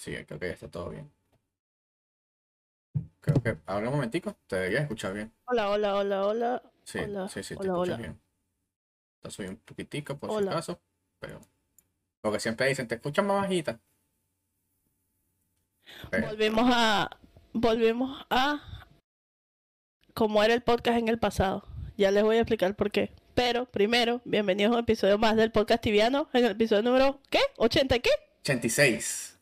Sí, creo que ya está todo bien. Creo que ahora un momentico, te deberías escuchar bien. Hola, hola, hola, hola, Sí, hola, sí, sí, te hola, escuchas hola, bien. Te subí un poquitico por si hola. acaso, pero porque siempre dicen, te escuchas más bajita. Pero, Volvemos a cómo era el podcast en el pasado. Ya les voy a explicar por qué. Pero primero, bienvenidos a un episodio más del podcast tibiano, en el episodio número, ¿qué? ¿80 y qué? 86.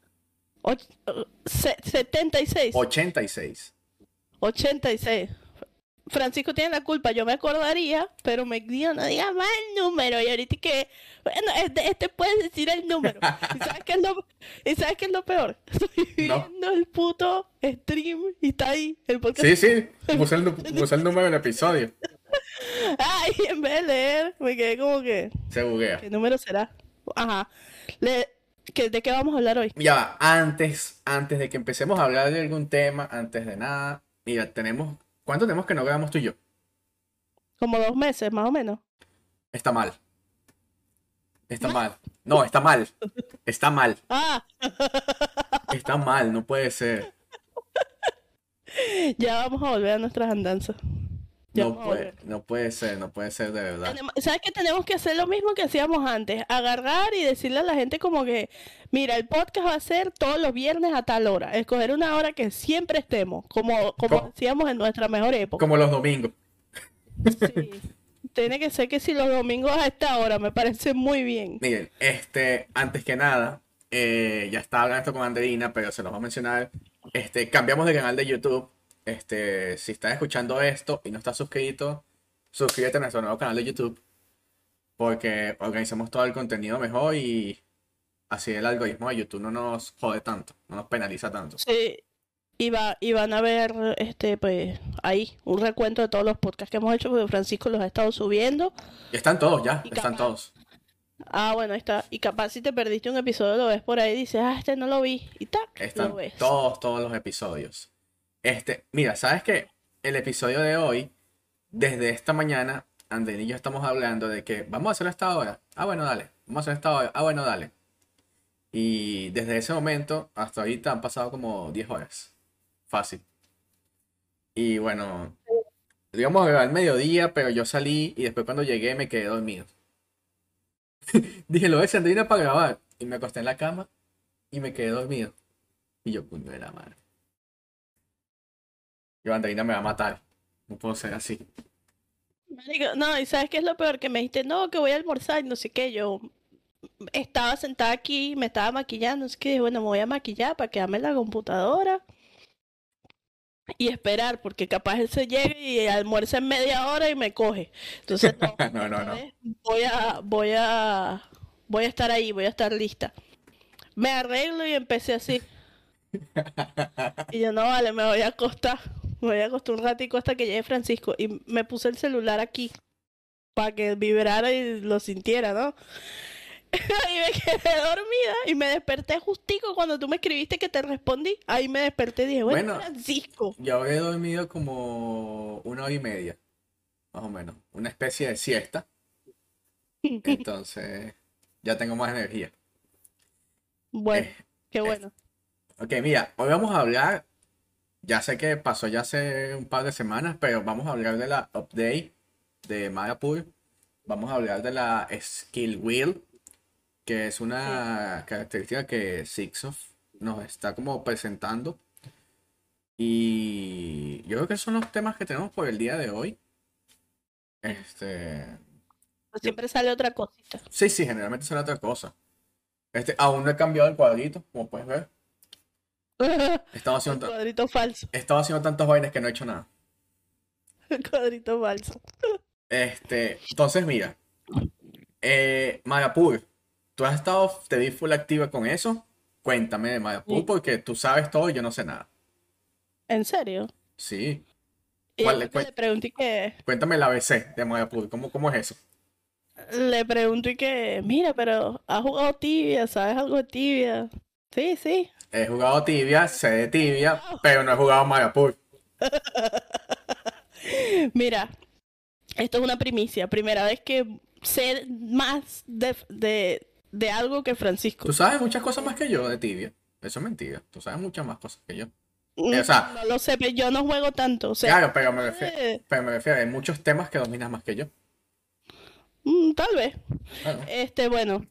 76. 86. 86. Francisco tiene la culpa, yo me acordaría, pero me dijo, no diga más el número. Y ahorita que, bueno, este puede decir el número. ¿Y sabes qué es lo peor? Estoy No. viendo el puto stream y está ahí, el Sí, podcast. sí, puse el número del episodio. Ay, en vez de leer, me quedé como que, Se buguea. ¿qué número será? Ajá. Le, ¿De qué vamos a hablar hoy? Ya va, antes de que empecemos a hablar de algún tema, antes de nada, mira, ¿cuánto tenemos que no grabamos tú y yo? Como 2 meses, más o menos. Está mal, está mal. No, está mal, está mal, Ah, está mal, no puede ser. ya vamos a volver a nuestras andanzas. Ya No vamos a puede, volver. no puede ser de verdad. ¿Sabes que tenemos que hacer lo mismo que hacíamos antes? Agarrar y decirle a la gente como que, mira, el podcast va a ser todos los viernes a tal hora. Escoger una hora que siempre estemos, como Co- hacíamos en nuestra mejor época. Como los domingos. Sí. Tiene que ser que si los domingos a esta hora, me parece muy bien. Miren, antes que nada, ya estaba hablando esto con Anderina, pero se los voy a mencionar. Cambiamos de canal de YouTube. Si estás escuchando esto y no estás suscrito, suscríbete a nuestro nuevo canal de YouTube, porque organizamos todo el contenido mejor y así el algoritmo de YouTube no nos jode tanto, no nos penaliza tanto. Sí. Y van a ver, pues, ahí, un recuento de todos los podcasts que hemos hecho, porque Francisco los ha estado subiendo. Están todos ya, Y están capaz, todos. bueno, ahí está. Y capaz si te perdiste un episodio, lo ves por ahí y dices, este no lo vi. Y tac, lo Están ves. todos los episodios. Mira, ¿sabes qué? El episodio de hoy, desde esta mañana, Andrés y yo estamos hablando de que vamos a hacerlo a esta hora. Ah, bueno, dale. Vamos a hacerlo a esta hora. Ah, bueno, dale. Y desde ese momento hasta ahorita han pasado como 10 horas. Fácil. Y bueno, lo íbamos a grabar al mediodía, pero yo salí y después cuando llegué me quedé dormido. Dije, lo de Andrina para grabar. Y me acosté en la cama y me quedé dormido. Y yo, puño de la madre. Yo, Andreina me va a matar. No puedo ser así. Marico, no, y ¿sabes qué es lo peor? Que me dijiste, no, que voy a almorzar y no sé qué. Yo estaba sentada aquí, me estaba maquillando, no sé qué. Dije, bueno, me voy a maquillar para quedarme en la computadora y esperar, porque capaz él se llegue y almuerza en media hora y me coge. Entonces, no, No, no, esta no. vez voy a estar ahí, voy a estar lista. Me arreglo y empecé así. Y yo, no, vale, me voy a acostar. Me voy a acostar un ratico hasta que llegue Francisco. Y me puse el celular aquí para que vibrara y lo sintiera, ¿no? Y me quedé dormida y me desperté justico cuando tú me escribiste que te respondí. Ahí me desperté y dije, bueno, Bueno, Francisco. yo habré dormido como 1 hora y media, más o menos. Una especie de siesta. Entonces, ya tengo más energía. Bueno, Eh, qué eh, bueno. ok, mira, hoy vamos a hablar. Ya sé que pasó ya hace un par de semanas, pero vamos a hablar de la update de Magapur. Vamos a hablar de la Skill Wheel, que es Sí. una característica que Sixof nos está como presentando. Y yo creo que esos son los temas que tenemos por el día de hoy. Sí. Este, Pues yo, siempre sale otra cosita. sí, sí, generalmente será otra cosa. Aún no he cambiado el cuadrito, como puedes ver. He estado El haciendo, cuadrito falso. he estado haciendo tantas vainas que no he hecho nada. El cuadrito falso. Entonces mira, Magapur, tú has estado, te vi full activa con eso. Cuéntame de Magapur Sí. porque tú sabes todo y yo no sé nada. ¿En serio? Sí. Y después que le pregunté que, Cuéntame el ABC de Magapur, ¿cómo es eso? mira, pero ¿has jugado tibia? ¿Sabes algo de tibia? Sí, sí. He jugado tibia, sé de tibia, Wow. pero no he jugado Magapur. Mira, esto es una primicia. Primera vez que sé más de algo que Tú Francisco. sabes muchas cosas más que yo de tibia. Eso es mentira. Tú sabes muchas más cosas que yo. O sea, No lo sé, pero yo no juego tanto. O sea, claro, pero me refiero, hay muchos temas que dominas más que yo. tal vez. Bueno, Bueno,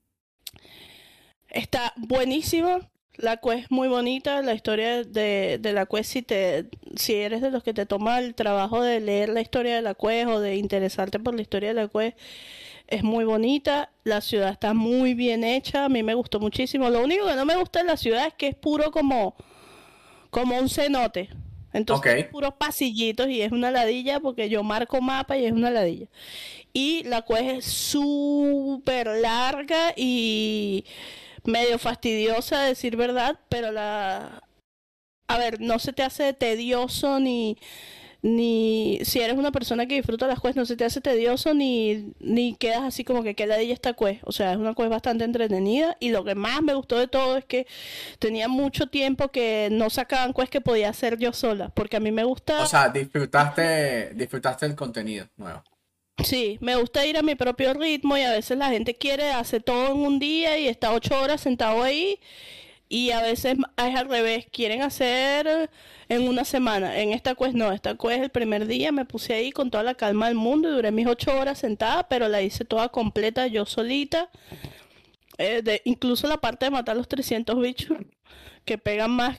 está buenísima. La quest es muy bonita. La historia de la quest, si eres de los que te toma el trabajo de leer la historia de la quest o de interesarte por la historia de la quest, es muy bonita. La ciudad está muy bien hecha. A mí me gustó muchísimo. Lo único que no me gusta de la ciudad es que es puro como un cenote. ok. Entonces son puros pasillitos y es una ladilla porque yo marco mapa y es una ladilla. Y la quest es súper larga y medio fastidiosa, a decir verdad, pero a ver, no se te hace tedioso ni si eres una persona que disfruta las quests, no se te hace tedioso ni quedas así como que queda ella esta quest. O sea, es una quest bastante entretenida y lo que más me gustó de todo es que tenía mucho tiempo que no sacaban quest que podía hacer yo sola, porque a mí me O gusta. sea, disfrutaste el contenido nuevo. Sí, me gusta ir a mi propio ritmo y a veces la gente quiere hacer todo en un día y está 8 horas sentado ahí y a veces es al revés, quieren hacer en una semana. En esta quest no, esta quest el primer día me puse ahí con toda la calma del mundo y duré mis 8 horas sentada, pero la hice toda completa yo solita. Incluso la parte de matar los 300 bichos que pegan más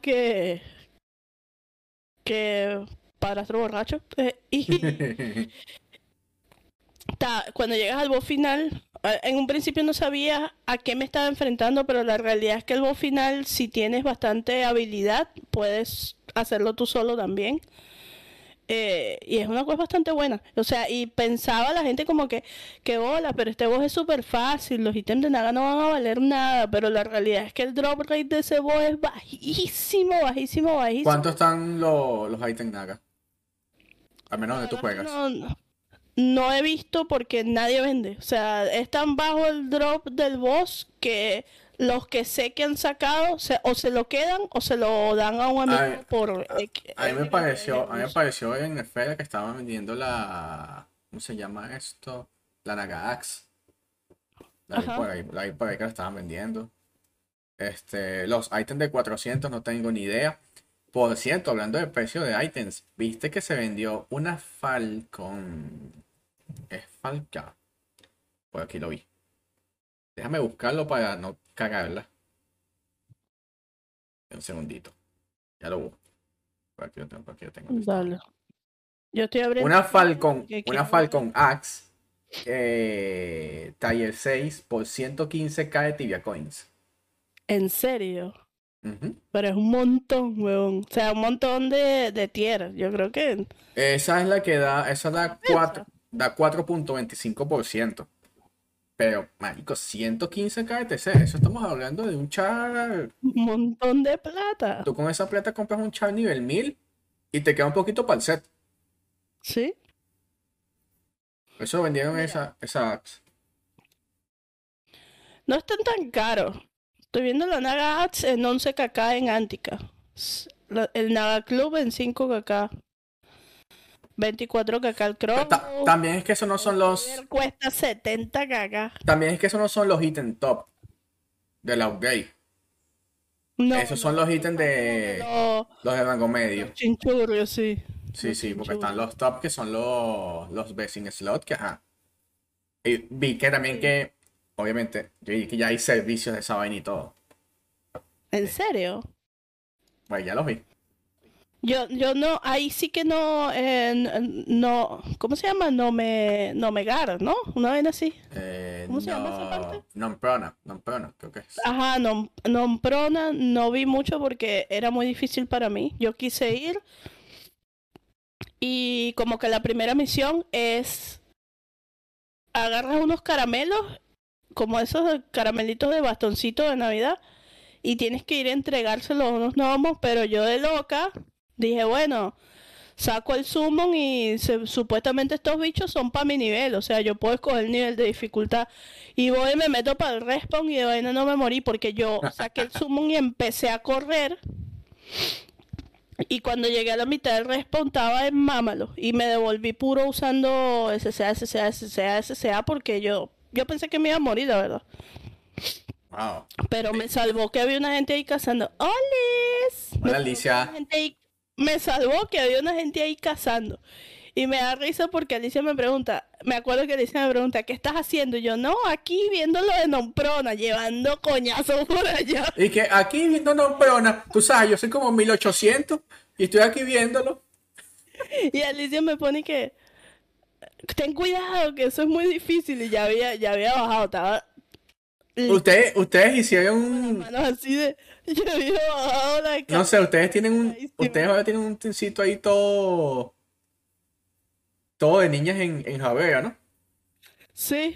que padrastro borracho. Y cuando llegas al boss final, en un principio no sabía a qué me estaba enfrentando, pero la realidad es que el boss final, si tienes bastante habilidad, puedes hacerlo tú solo también. Y es una cosa bastante buena. O sea, y pensaba la gente como que bola, pero este boss es súper fácil, los ítems de Naga no van a valer nada, pero la realidad es que el drop rate de ese boss es bajísimo, bajísimo, ¿Cuánto bajísimo. están los ítems Naga? Al menos La donde tú verdad es que juegas. no he visto porque nadie vende. O sea, es tan bajo el drop del boss que los que sé que han sacado o se lo quedan o se lo dan a un A, amigo por a mí me X pareció, a mí me uso. pareció en Esfera que estaban vendiendo ¿cómo se llama esto? La Naga Axe. Ajá. La vi por ahí que la estaban vendiendo. Los ítems de 400 no tengo ni idea. Por cierto, hablando de precio de ítems, ¿viste que se vendió una Falcon? Es Falca. Por aquí lo vi. Déjame buscarlo para no cagarla. Un segundito. Ya lo busco. Por aquí lo tengo listado. Dale. Yo estoy abriendo Steam porque Una quiero ver. Falcon Axe Taller 6 por 115k de Tibia Coins. En serio. Ujú. Pero es un montón, weón. O sea, un montón de tierras. Yo creo que Esa es la que esa da compensa. 4,25%. Pero, marico, 115k de TC. Eso estamos hablando de un char. Un montón de plata. Tú con esa plata compras un char nivel 1000 y te queda un poquito para el set. ¿Sí? Eso vendieron Mira, esa Axe. no están tan caros. Estoy viendo la Naga Ads en 11 kk en Antica. El Naga Club en 5 kk. 24 kk el Crow. También es que esos no El son los. River cuesta 70 kk. También es que esos no son los ítems top del upgrade. No, Esos son los esos ítems son como que de los de rango medio. los chinchurrios, sí. Sí, Los sí, porque están chinchurrios. los top que son los best in slot, que ajá. Y vi que también Sí. que, obviamente, yo vi que ya hay servicios de esa vaina y todo. ¿En Eh, serio? Pues ya los vi. Yo no, ahí sí que no, no, ¿cómo se llama? No me gar, ¿no? Una vez así. ¿Cómo se llama esa parte? No, non prona, creo que es. Ajá, no prona, no vi mucho porque era muy difícil para mí. Yo quise ir y como que la primera misión es agarras unos caramelos, como esos caramelitos de bastoncito de Navidad, y tienes que ir a entregárselos a unos gnomos, pero yo de loca dije, bueno, saco el summon y supuestamente estos bichos son para mi nivel, o sea, yo puedo escoger el nivel de dificultad. Y voy y me meto para el respawn y de vaina no me morí porque yo saqué el summon y empecé a correr. Y cuando llegué a la mitad del respawn estaba en mámalo y me devolví puro usando SCA, SCA, SCA, SCA porque yo pensé que me iba a morir, la verdad. Wow. Pero me salvó que había una gente ahí cazando. ¡Olis! Hola, Alicia. Me salvó que había una gente ahí cazando. Y me da risa porque Alicia me pregunta, me acuerdo que Alicia me pregunta, ¿qué estás haciendo? Y yo, no, aquí viéndolo de Nomprona, llevando coñazos por allá. Y que aquí viendo Nomprona, tú sabes, yo soy como 1800 y estoy aquí viéndolo. Y Alicia me pone que, ten cuidado, que eso es muy difícil. Y ya había bajado, estaba Ustedes hicieron con las manos así de, yo había bajado la no sé, ustedes cagadísima. ahora tienen un tencito ahí todo de niñas en Javea, ¿no? Sí,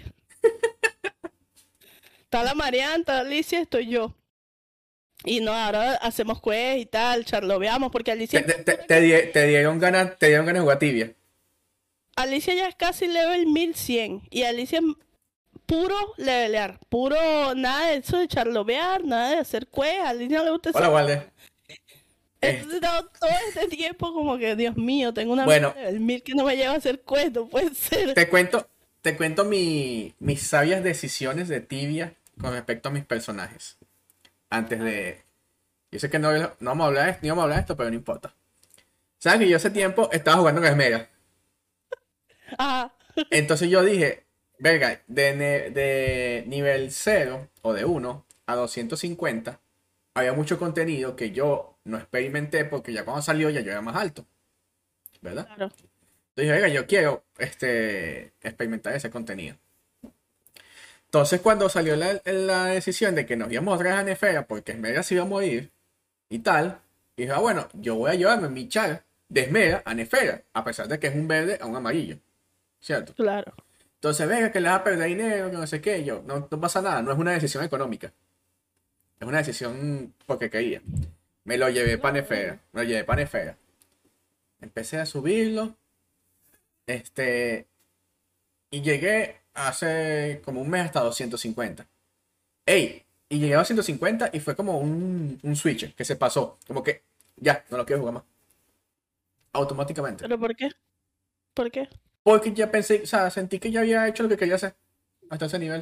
está la Mariana, está Alicia, estoy yo. Y no, ahora hacemos quest y tal, charloveamos, porque Alicia Te, es te- más te- pura te que yo. di- te dieron ganas de jugar tibia. Alicia ya es casi level 1100 y Alicia es puro levelear, puro nada de eso de charlovear, nada de hacer quest, a Alicia no le gusta Hola, esa Walde. vaina. Entonces Este, estaba todo este tiempo como que, Dios mío, tengo una amiga bueno, level 1000 que no me lleva a hacer quest, no puede ser. te cuento mis sabias decisiones de tibia con respecto a mis personajes. Antes de. Yo sé que no vamos a hablar de esto, no vamos a hablar de esto, pero no importa. ¿Sabes que yo hace tiempo estaba jugando con Esmera? Ajá, Entonces yo dije, verga, de nivel cero o de 1 a 250 había mucho contenido que yo no experimenté porque ya cuando salió ya yo era más alto, ¿verdad? claro. Entonces dije, verga, yo quiero experimentar ese contenido. Entonces cuando salió la decisión de que nos íbamos otra vez a Nefera porque Esmera se iba a morir y tal, dije, bueno, yo voy a llevarme mi char de Esmera a Nefera, a pesar de que es un verde a un amarillo, ¿cierto? Claro. Entonces, venga, que le vas a perder dinero, que no sé qué. Yo, no, no pasa nada, no es una decisión económica. Es una decisión porque quería. Me lo llevé para Claro, Nefera. obvio. Me lo llevé para Nefera. Empecé a subirlo. Este. Y llegué hace como un mes hasta 250. ¡Ey! Y llegué a 250 y fue como un switch que se pasó. Como que ya, no lo quiero jugar más. Automáticamente. ¿Pero por qué? ¿Por qué? Porque ya pensé, o sea, sentí que ya había hecho lo que quería hacer. Hasta ese nivel.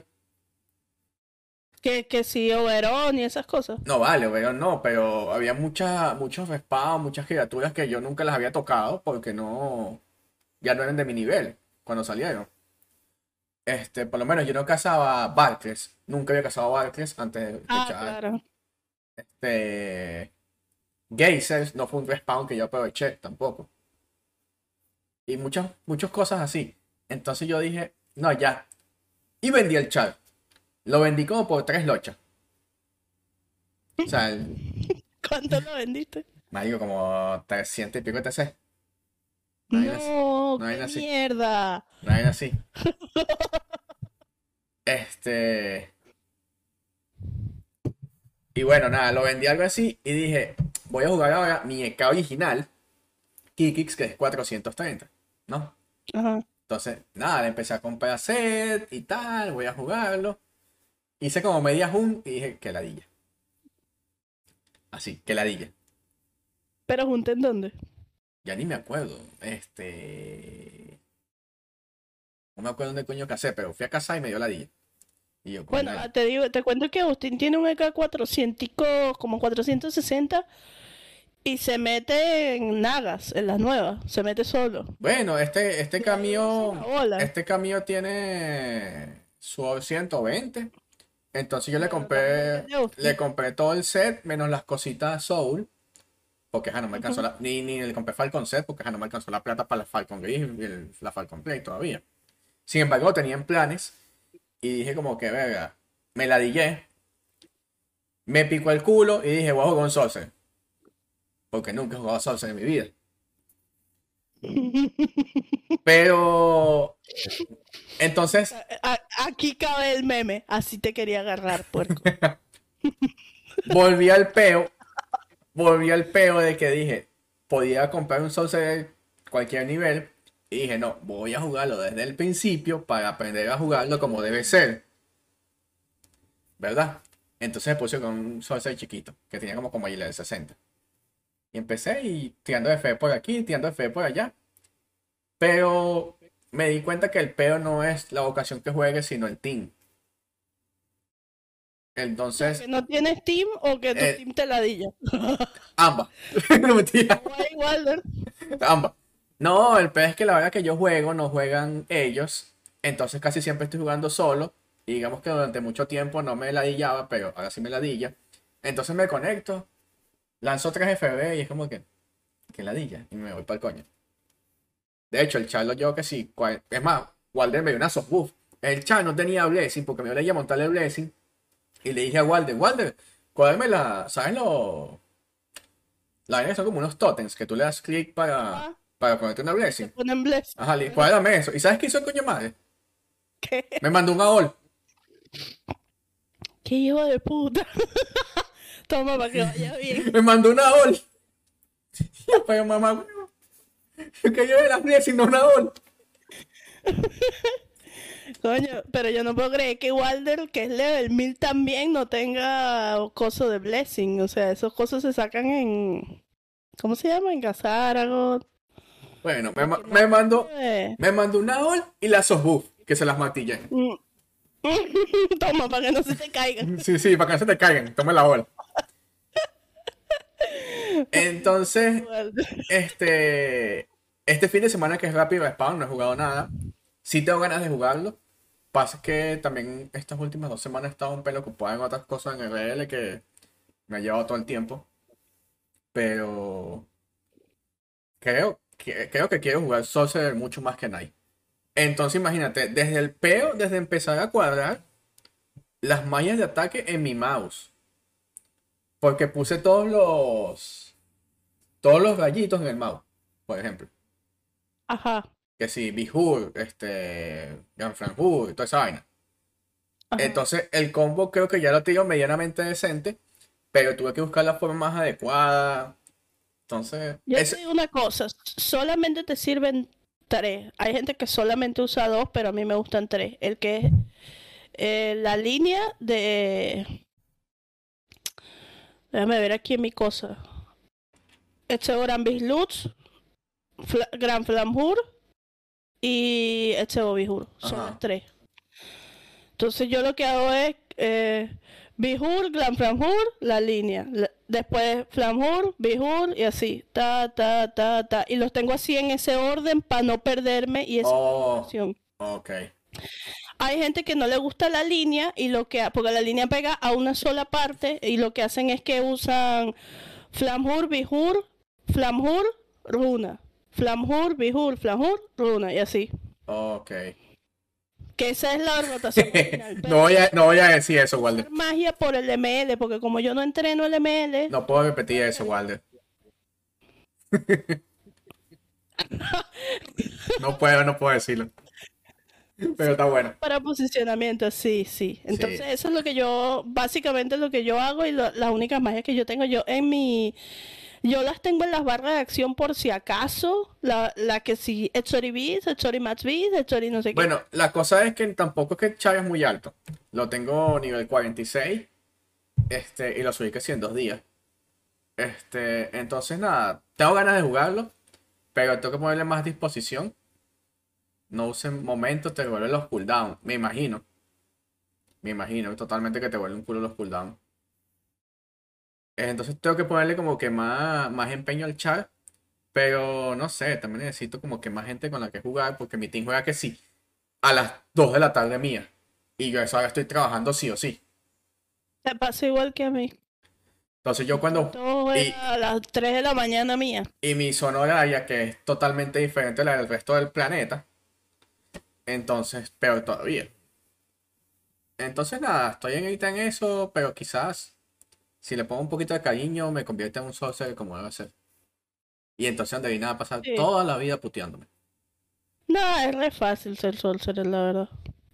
Que sí, Oberón y esas cosas. No vale, pero había muchos respawns, muchas criaturas que yo nunca las había tocado porque ya no eran de mi nivel cuando salieron. Por lo menos yo no cazaba Valkyries, nunca había cazado Valkyries antes de Ah, echar claro. Geysers, no fue un respawn que yo aproveché tampoco. Y muchas cosas así. Entonces yo dije, no, ya. Y vendí el char. Lo vendí como por 3 lochas. O sea, ¿Cuánto lo vendiste? me digo como 300 y pico de TC. No hay así. No, No hay qué así. mierda. No hay así. Este. Y bueno, nada, lo vendí algo así y dije, voy a jugar ahora mi EK original, Kikix, que es 430, ¿no? Ajá. Entonces, nada, le empecé a comprar set y tal, voy a jugarlo. Hice como media jun y dije, que ladilla. Así, que ladilla. ¿Pero junté en dónde? Ya ni me acuerdo. No me acuerdo dónde coño casé, pero fui a casa y me dio ladilla. Y yo, coño, Bueno, te digo, te cuento que Agustín tiene un EK 400, como 460, y se mete en Nagas, en las nuevas, se mete solo. bueno, este Y ahí hace la camión, bola. este camión tiene su 120. Entonces yo le Bueno, también el compré, de le Agustín. compré todo el set menos las cositas Soul. Porque no me alcanzó Ujú. ni le compré Falcon set porque no me alcanzó la plata para la Falcon Gris y la Falcon Play todavía. Sin embargo, tenía en planes y dije como que, verga, me ladillé, me picó el culo y dije, voy a jugar un Sorcerer. Porque nunca he jugado Sorcerer en mi vida. Pero, entonces, Aquí cabe el meme, así te quería agarrar, puerco. volví al peo volví al peo de que dije, podía comprar un Soul de cualquier nivel. Y dije, no, voy a jugarlo desde el principio para aprender a jugarlo como debe ser. ¿Verdad? Entonces me puse con un Soul chiquito, que tenía como de 60. Y empecé y tirando de fe por aquí, tirando de fe por allá. Pero me di cuenta que el peo no es la vocación que juegue, sino el team. Entonces, Que no tienes team o que tu eh, team te ladilla. ambas. No mentira, Guay, Walder. ambas. No, el peor es que la verdad que yo juego, no juegan ellos. Entonces casi siempre estoy jugando solo. Y digamos que durante mucho tiempo no me ladillaba, pero ahora sí me ladilla. Entonces me conecto, lanzo 3 FB y es como que ladilla. Y me voy para el coño. De hecho, el chat lo llevo que sí. Es más, Walder me dio una softbuff. El chat no tenía Blessing porque me olía montarle Blessing. Y le dije a Walder, cuádrame la. ¿Sabes lo? La vaina que son como unos totems que tú le das clic Ajá. para ponerte una Te Blessing. ponen bless. Ajá, cuádrame eso. ¿Y sabes qué hizo el coño madre? ¿Qué? Me mandó un AOL. ¿Qué hijo de puta? Toma para que vaya bien. Me mandó un AOL. Y yo, pero mamá, huevo, yo que yo de las Blessing, no un AOL. Coño, pero yo no puedo creer que Walder, que es level 1000 también, no tenga coso de blessing. O sea, esos cosas se sacan en. ¿Cómo se llama? En Gazaragot. Bueno, Porque no sé. me mandó un AOL y la softbuff, que se las martillé. Mm. Toma, para que no se te caigan. Sí, sí, para que no se te caigan. Toma la AOL. Entonces, Walder. este fin de semana que es rápido Spawn, no he jugado nada. Sí tengo ganas de jugarlo. Pasa que también estas últimas 2 semanas he estado un pelo ocupado en otras cosas en RL que me ha llevado todo el tiempo. Pero creo que quiero jugar Sorcerer mucho más que Knight. Entonces imagínate, desde empezar a cuadrar las mallas de ataque en mi mouse. Porque puse todos los rayitos en el mouse, por ejemplo. Ajá, Que sí, Bihur, Ganfranjur, toda esa vaina. ajá. Entonces el combo creo que ya lo tengo medianamente decente, pero tuve que buscar la forma más adecuada. Entonces, Yo te digo una cosa, solamente te sirven tres. Hay gente que solamente usa dos, pero a mí me gustan tres. El que es la línea de... Déjame ver aquí en mi cosa. Etzegoran Lutz, Gran Flamhur y Etzebovihur. Son las ajá. tres. Entonces yo lo que hago es Bihur, Gran Flamhur, la línea. Después Flamhur, Bihur y así. Ta, ta, ta, ta. Y los tengo así en ese orden para no perderme y esa es la Oh, duración. ok. Hay gente que no le gusta la línea y porque la línea pega a una sola parte y lo que hacen es que usan Flamhur, Bihur, Flamhur, Runa. Flamhur, Bihur, Flamhur, Runa y así. Ok. Que esa es la rotación original. No Pero voy a, yo no voy a decir eso, Walder. usar magia por el ML, porque como yo no entreno el ML, No puedo repetir eso, Walder. No puedo decirlo. Pero está bueno. para posicionamiento, sí, sí. Entonces Sí. eso es lo que yo, básicamente lo que yo hago y las únicas magias que yo tengo yo las tengo en las barras de acción por si acaso, la que sí, Etsori Beats, Etsori Max Beats, Etsori no sé qué. Bueno, la cosa es que tampoco es que Chávez es muy alto. Lo tengo nivel 46. Y lo subí que sí en 2 días. Entonces nada, tengo ganas de jugarlo, pero tengo que ponerle más disposición. No usen momentos, te vuelven los cooldowns. Me imagino. Me imagino totalmente que te vuelven un culo los cooldowns. Entonces tengo que ponerle como que más empeño al chat. Pero no sé, también necesito como que más gente con la que jugar. Porque mi team juega que sí. A las 2 de la tarde mía. Y yo a esa hora estoy trabajando sí o sí. Te pasa igual que a mí. Entonces yo cuando. Todo Y, era a las 3 de la mañana mía. y mi zona horaria, que es totalmente diferente a la del resto del planeta. Entonces, peor todavía. Entonces nada, estoy en ahorita en eso. Pero quizás si le pongo un poquito de cariño me convierte en un sorcerer como debe ser. Y entonces Andreina va a pasar Sí. toda la vida puteándome. No, es re fácil ser sorcerer, la verdad.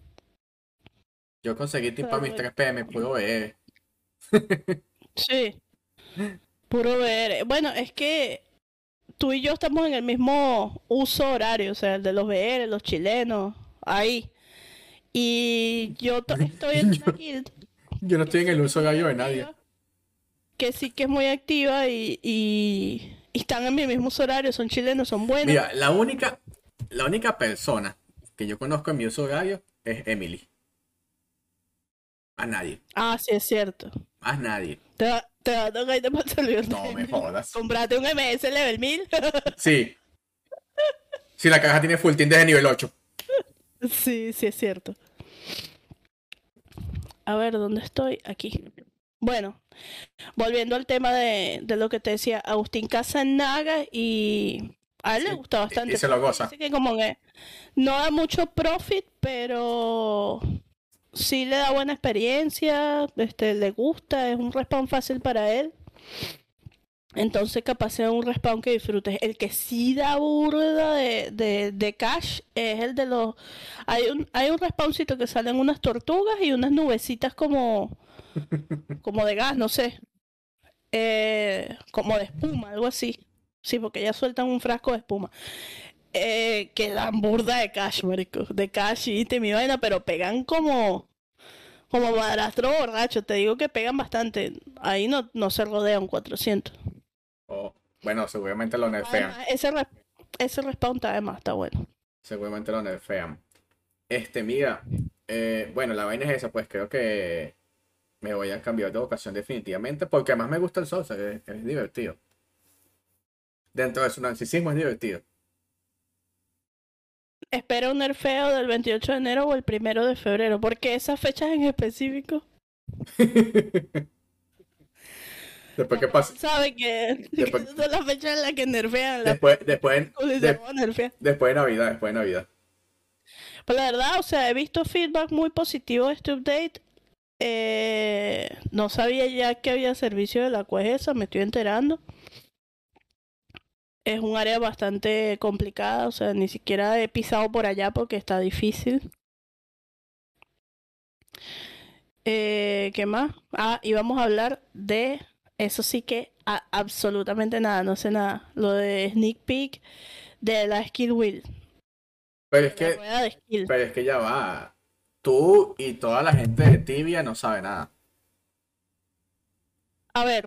Yo conseguí tip O sea, para mis 3 PM, puro ver. sí, puro ver. Bueno, es que tú y yo estamos en el mismo uso horario, o sea, el de los VR, los chilenos, ahí. Y yo estoy en una guild Yo no que estoy en sí el que es uso muy horario de nadie. activa, que sí que es muy activa y están en mi mismo uso horario, son chilenos, son buenos. Mira, la única persona que yo conozco en mi uso horario es Emily. Más nadie. Ah, sí, es cierto. Más nadie. Te va a tocar irte para No me servirte. jodas. Comprate un MS level 1000. Sí. Si la caja tiene full team desde nivel 8. Sí, sí, es cierto. A ver, ¿dónde estoy? Aquí. Bueno, volviendo al tema de lo que te decía, Agustín Casanaga y a él le Sí. gusta Y bastante se lo porque goza. dice que como que no da mucho profit, pero sí le da buena experiencia, le gusta, es un respawn fácil para él. Entonces capaz sea un respawn que disfrutes. El que sí da burda de cash es el de los... hay un respawncito que salen unas tortugas y unas nubecitas como de gas, no sé. Como de espuma, algo así. Sí, porque ya sueltan un frasco de espuma. Que dan burda de cash, marico. De cash y te mi vaina, pero pegan como madrastro borracho. Te digo que pegan bastante. Ahí no se rodean 400. Oh, bueno, seguramente lo nerfean. Además, ese respawn además está bueno. Seguramente lo nerfean. Mira. Bueno, la vaina es esa, pues creo que me voy a cambiar de vocación definitivamente. Porque además me gusta el Souls, es divertido. Dentro de su narcisismo es divertido. Espera un nerfeo del 28 de enero o el 1 de febrero. Porque esas fechas en específico. Después La que gente pase. sabe que Después, esas son las fechas en las que nerfean. después, después, Se van a nerfear. después de Navidad, después de Navidad. Pues la verdad, o sea, he visto feedback muy positivo de este update. No sabía ya que había servicio de la Cuejesa, me estoy enterando. Es un área bastante complicada, o sea, ni siquiera he pisado por allá porque está difícil. ¿Qué más? Ah, y vamos a hablar de eso sí que absolutamente nada, no sé nada. Lo de sneak peek de la skill wheel, Pero es la que, rueda de skill. pero es que ya va. Tú y toda la gente de Tibia no sabe nada. A ver,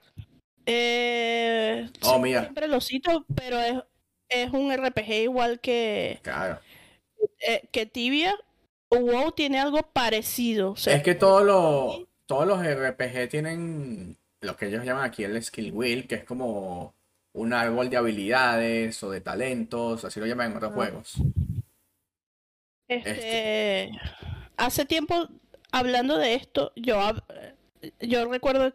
Oh, mira. siempre lo cito, pero es un RPG igual Claro. que Tibia. WoW tiene algo parecido, o Es sea, que todos los RPG tienen lo que ellos llaman aquí el skill wheel, que es como un árbol de habilidades o de talentos, así lo llaman en otros ah, juegos. Este, este, hace tiempo hablando de esto, yo recuerdo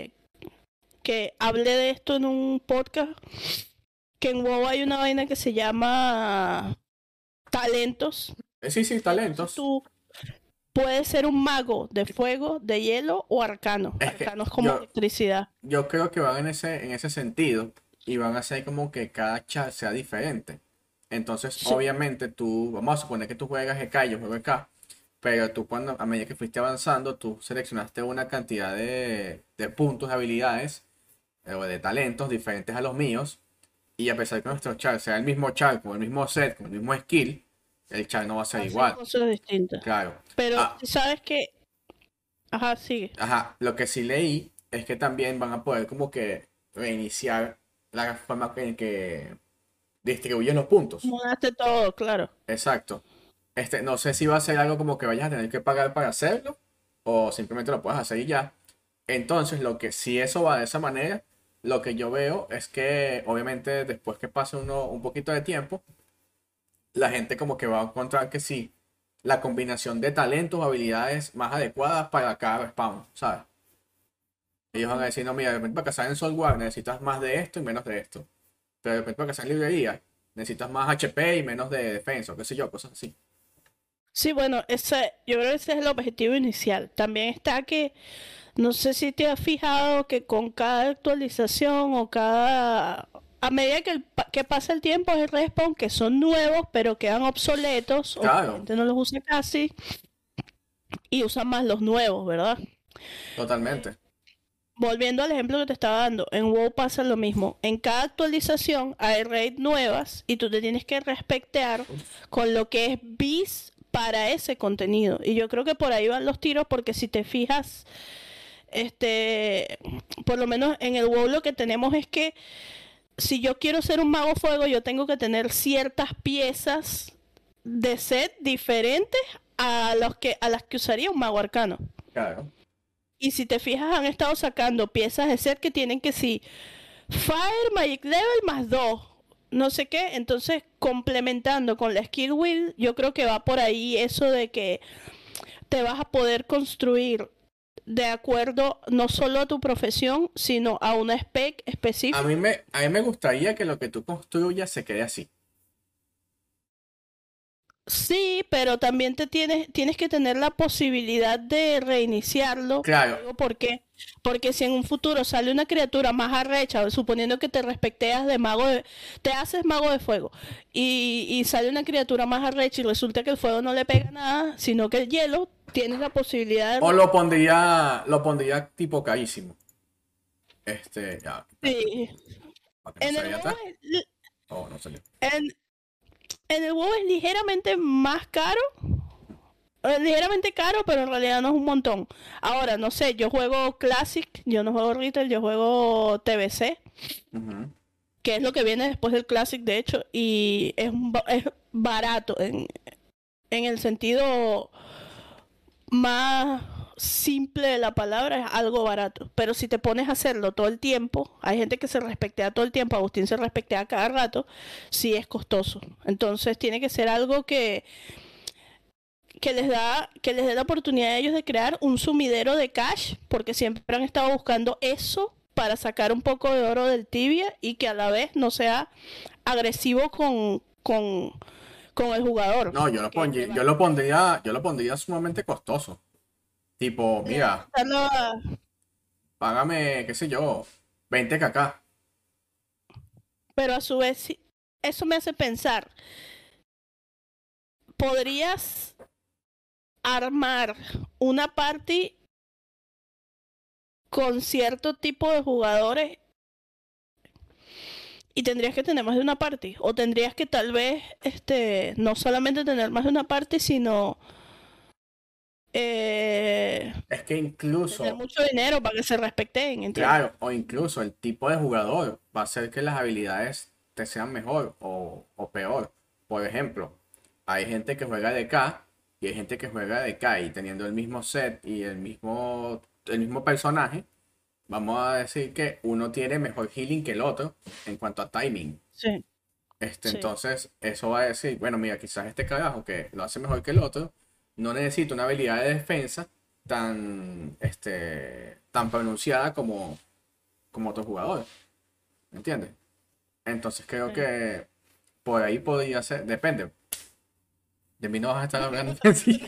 que hablé de esto en un podcast, que en WoW hay una vaina que se llama talentos. sí, sí, Entonces talentos. tú puedes ser un mago de fuego, de hielo o arcano. Es que Arcano es como yo, electricidad. yo creo que van en ese sentido y van a hacer como que cada chat sea diferente. Entonces, Sí, obviamente, vamos a suponer que tú juegas EK y yo juego EK, pero tú cuando, a medida que fuiste avanzando, tú seleccionaste una cantidad de puntos, de habilidades o de talentos diferentes a los míos. Y a pesar que nuestro char sea el mismo char, con el mismo set, con el mismo skill, el char no va a ser hacen igual. cosas distintas. Claro. Pero Ah, sabes que, ajá, sigue. ajá. Lo que sí leí es que también van a poder como que reiniciar la forma en que distribuyen los puntos. Mudaste todo, claro. Exacto. No sé si va a ser algo como que vayas a tener que pagar para hacerlo o simplemente lo puedes hacer y ya. Entonces, si eso va de esa manera, lo que yo veo es que obviamente después que pase un poquito de tiempo, la gente como que va a encontrar que sí, la combinación de talentos o habilidades más adecuadas para cada respawn, ¿sabes? Ellos van a decir, no, mira, de repente para cazar en Soul War necesitas más de esto y menos de esto. Pero de repente para cazar en librería necesitas más HP y menos de defensa, o qué sé yo, cosas así. Sí, bueno, yo creo que ese es el objetivo inicial. También está que, no sé si te has fijado que con cada actualización o a medida que pasa el tiempo el respawn, que son nuevos pero quedan obsoletos o que la Claro, gente no los usa casi y usan más los nuevos, ¿verdad? totalmente. Volviendo al ejemplo que te estaba dando, en WoW pasa lo mismo. En cada actualización hay raid nuevas y tú te tienes que respetar con lo que es bis para ese contenido. Y yo creo que por ahí van los tiros porque si te fijas, por lo menos en el WoW lo que tenemos es que si yo quiero ser un mago fuego, yo tengo que tener ciertas piezas de set diferentes a las que usaría un mago arcano. Claro. Y si te fijas, han estado sacando piezas de set que tienen que sí, Fire, Magic Level más 2 no sé qué. Entonces, complementando con la Skill Wheel, yo creo que va por ahí eso de que te vas a poder construir de acuerdo no solo a tu profesión, sino a una spec específica. A mí me gustaría que lo que tú construyas se quede así. Sí, pero también tienes que tener la posibilidad de reiniciarlo. Claro, Digo, ¿por qué? Porque si en un futuro sale una criatura más arrecha, suponiendo que te respecteas de te haces mago de fuego, y sale una criatura más arrecha y resulta que el fuego no le pega nada, sino que el hielo, tienes la posibilidad o de... lo pondría tipo carísimo. Ya, espérate, Sí. para que no En se el vaya WoW atrás. Oh, no salió. en, en el WoW es ligeramente más caro, ligeramente caro, pero en realidad no es un montón. Ahora, no sé, yo juego Classic, yo no juego Retail, yo juego TBC, Ujú. que es lo que viene después del Classic, de hecho, y es barato en el sentido más simple de la palabra, es algo barato. Pero si te pones a hacerlo todo el tiempo, hay gente que se respectea todo el tiempo, Agustín se respectea cada rato, sí es costoso. Entonces tiene que ser algo que les dé la oportunidad a ellos de crear un sumidero de cash, porque siempre han estado buscando eso para sacar un poco de oro del tibia y que a la vez no sea agresivo con el jugador. No, Que yo lo pondría sumamente costoso. Tipo, mira, págame, qué sé yo, 20 kk. pero a su vez, eso me hace pensar, ¿podrías armar una party con cierto tipo de jugadores y tendrías que tener más de una party? O tendrías que tal vez, no solamente tener más de una party, sino eh, Es que tener incluso, mucho dinero para que se respeten, ¿entiendes? claro, o incluso el tipo de jugador va a hacer que las habilidades te sean mejor o peor. Por ejemplo, hay gente que juega de K y hay gente que juega de K y teniendo el mismo set y el mismo personaje, vamos a decir que uno tiene mejor healing que el otro en cuanto a timing. Sí, sí. Entonces, eso va a decir, bueno, mira, quizás este carajo que lo hace mejor que el otro, no necesita una habilidad de defensa tan pronunciada como otro jugador. ¿Me entiendes? Entonces creo Sí. que por ahí podría ser, depende. De mí no vas a estar hablando sí.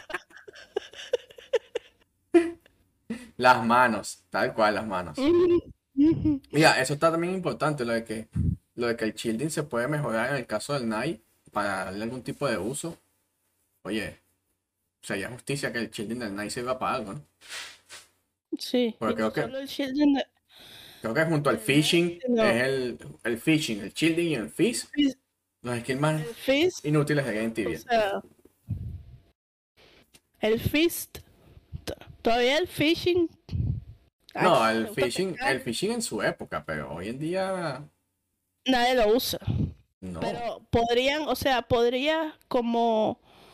Las manos, tal cual las manos. Mira, eso está también importante, lo de que el shielding se puede mejorar en el caso del Knight para darle algún tipo de uso. Oye, sería justicia que el shielding del Knight sirva para algo, ¿no? Sí, y Porque no solo el shielding creo que junto al del Knight, fishing sino es el fishing, el shielding y el fish, los skills más el fist, inútiles de Game o Tibia. sea, el fist, todavía el fishing, ay, No, le gusta pescar, el fishing en su época, pero hoy en día nadie lo usa. no. Pero podrían, o sea, podría como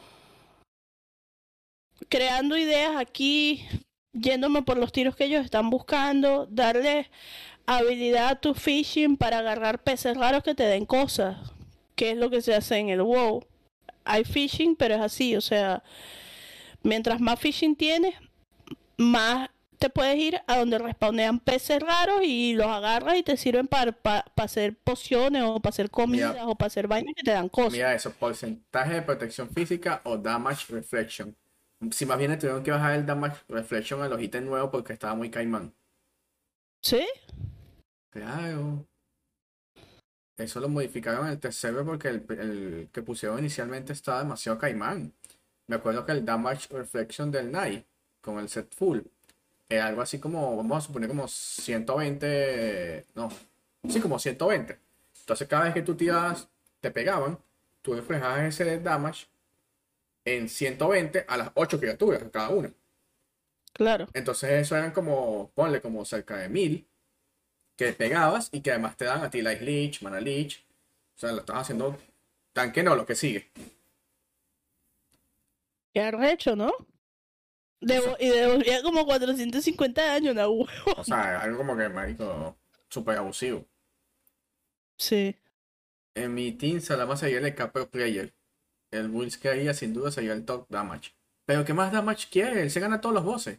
creando ideas aquí, yéndome por los tiros que ellos están buscando, darle habilidad a tu fishing para agarrar peces raros que te den cosas, que es lo que se hace en el WoW. Hay fishing, pero es así, o sea, mientras más fishing tienes, más te puedes ir a donde respawnean peces raros y los agarras y te sirven para hacer pociones o para hacer Mira, comidas o para hacer vainas que te dan cosas. mira eso, porcentaje de protección física o damage reflection. Si más bien le tuvieron que bajar el damage reflection a los ítems nuevos porque estaba muy caimán. ¿Sí? Claro. Eso lo modificaron en el tercero porque el que pusieron inicialmente estaba demasiado caimán. Me acuerdo que el damage reflection del Knight con el set full era algo así como, vamos a suponer como 120, no, sí, como 120. Entonces cada vez que tú tirabas, te pegaban, tú reflejabas ese damage en 120 a las 8 criaturas cada una. Claro. Entonces eso eran como, ponle como cerca de 1000 que pegabas y que además te dan a ti Life Leech, Mana Leech. O sea, lo estás haciendo tanque no, lo que sigue. Qué arrecho, ¿no? O sea, Y devolvía como 450 años, una huevo. o sea, algo como que, marico, súper abusivo. Sí. En mi team, Salama sería el capo player. El Wills que haría sin duda sería el top damage. Pero ¿qué más damage quiere? Él se gana todos los bosses.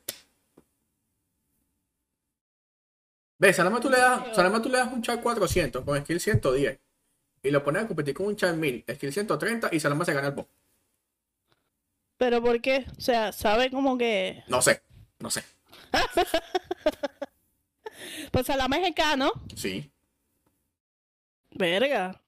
Ve, Salama tú le das un char 400 con skill 110 y lo pones a competir con un char 1000, skill 130 y Salama se gana el boss. ¿Pero por qué? O sea, sabe como que... No sé, no sé. Pues a la mexicana, ¿no? Sí, Verga.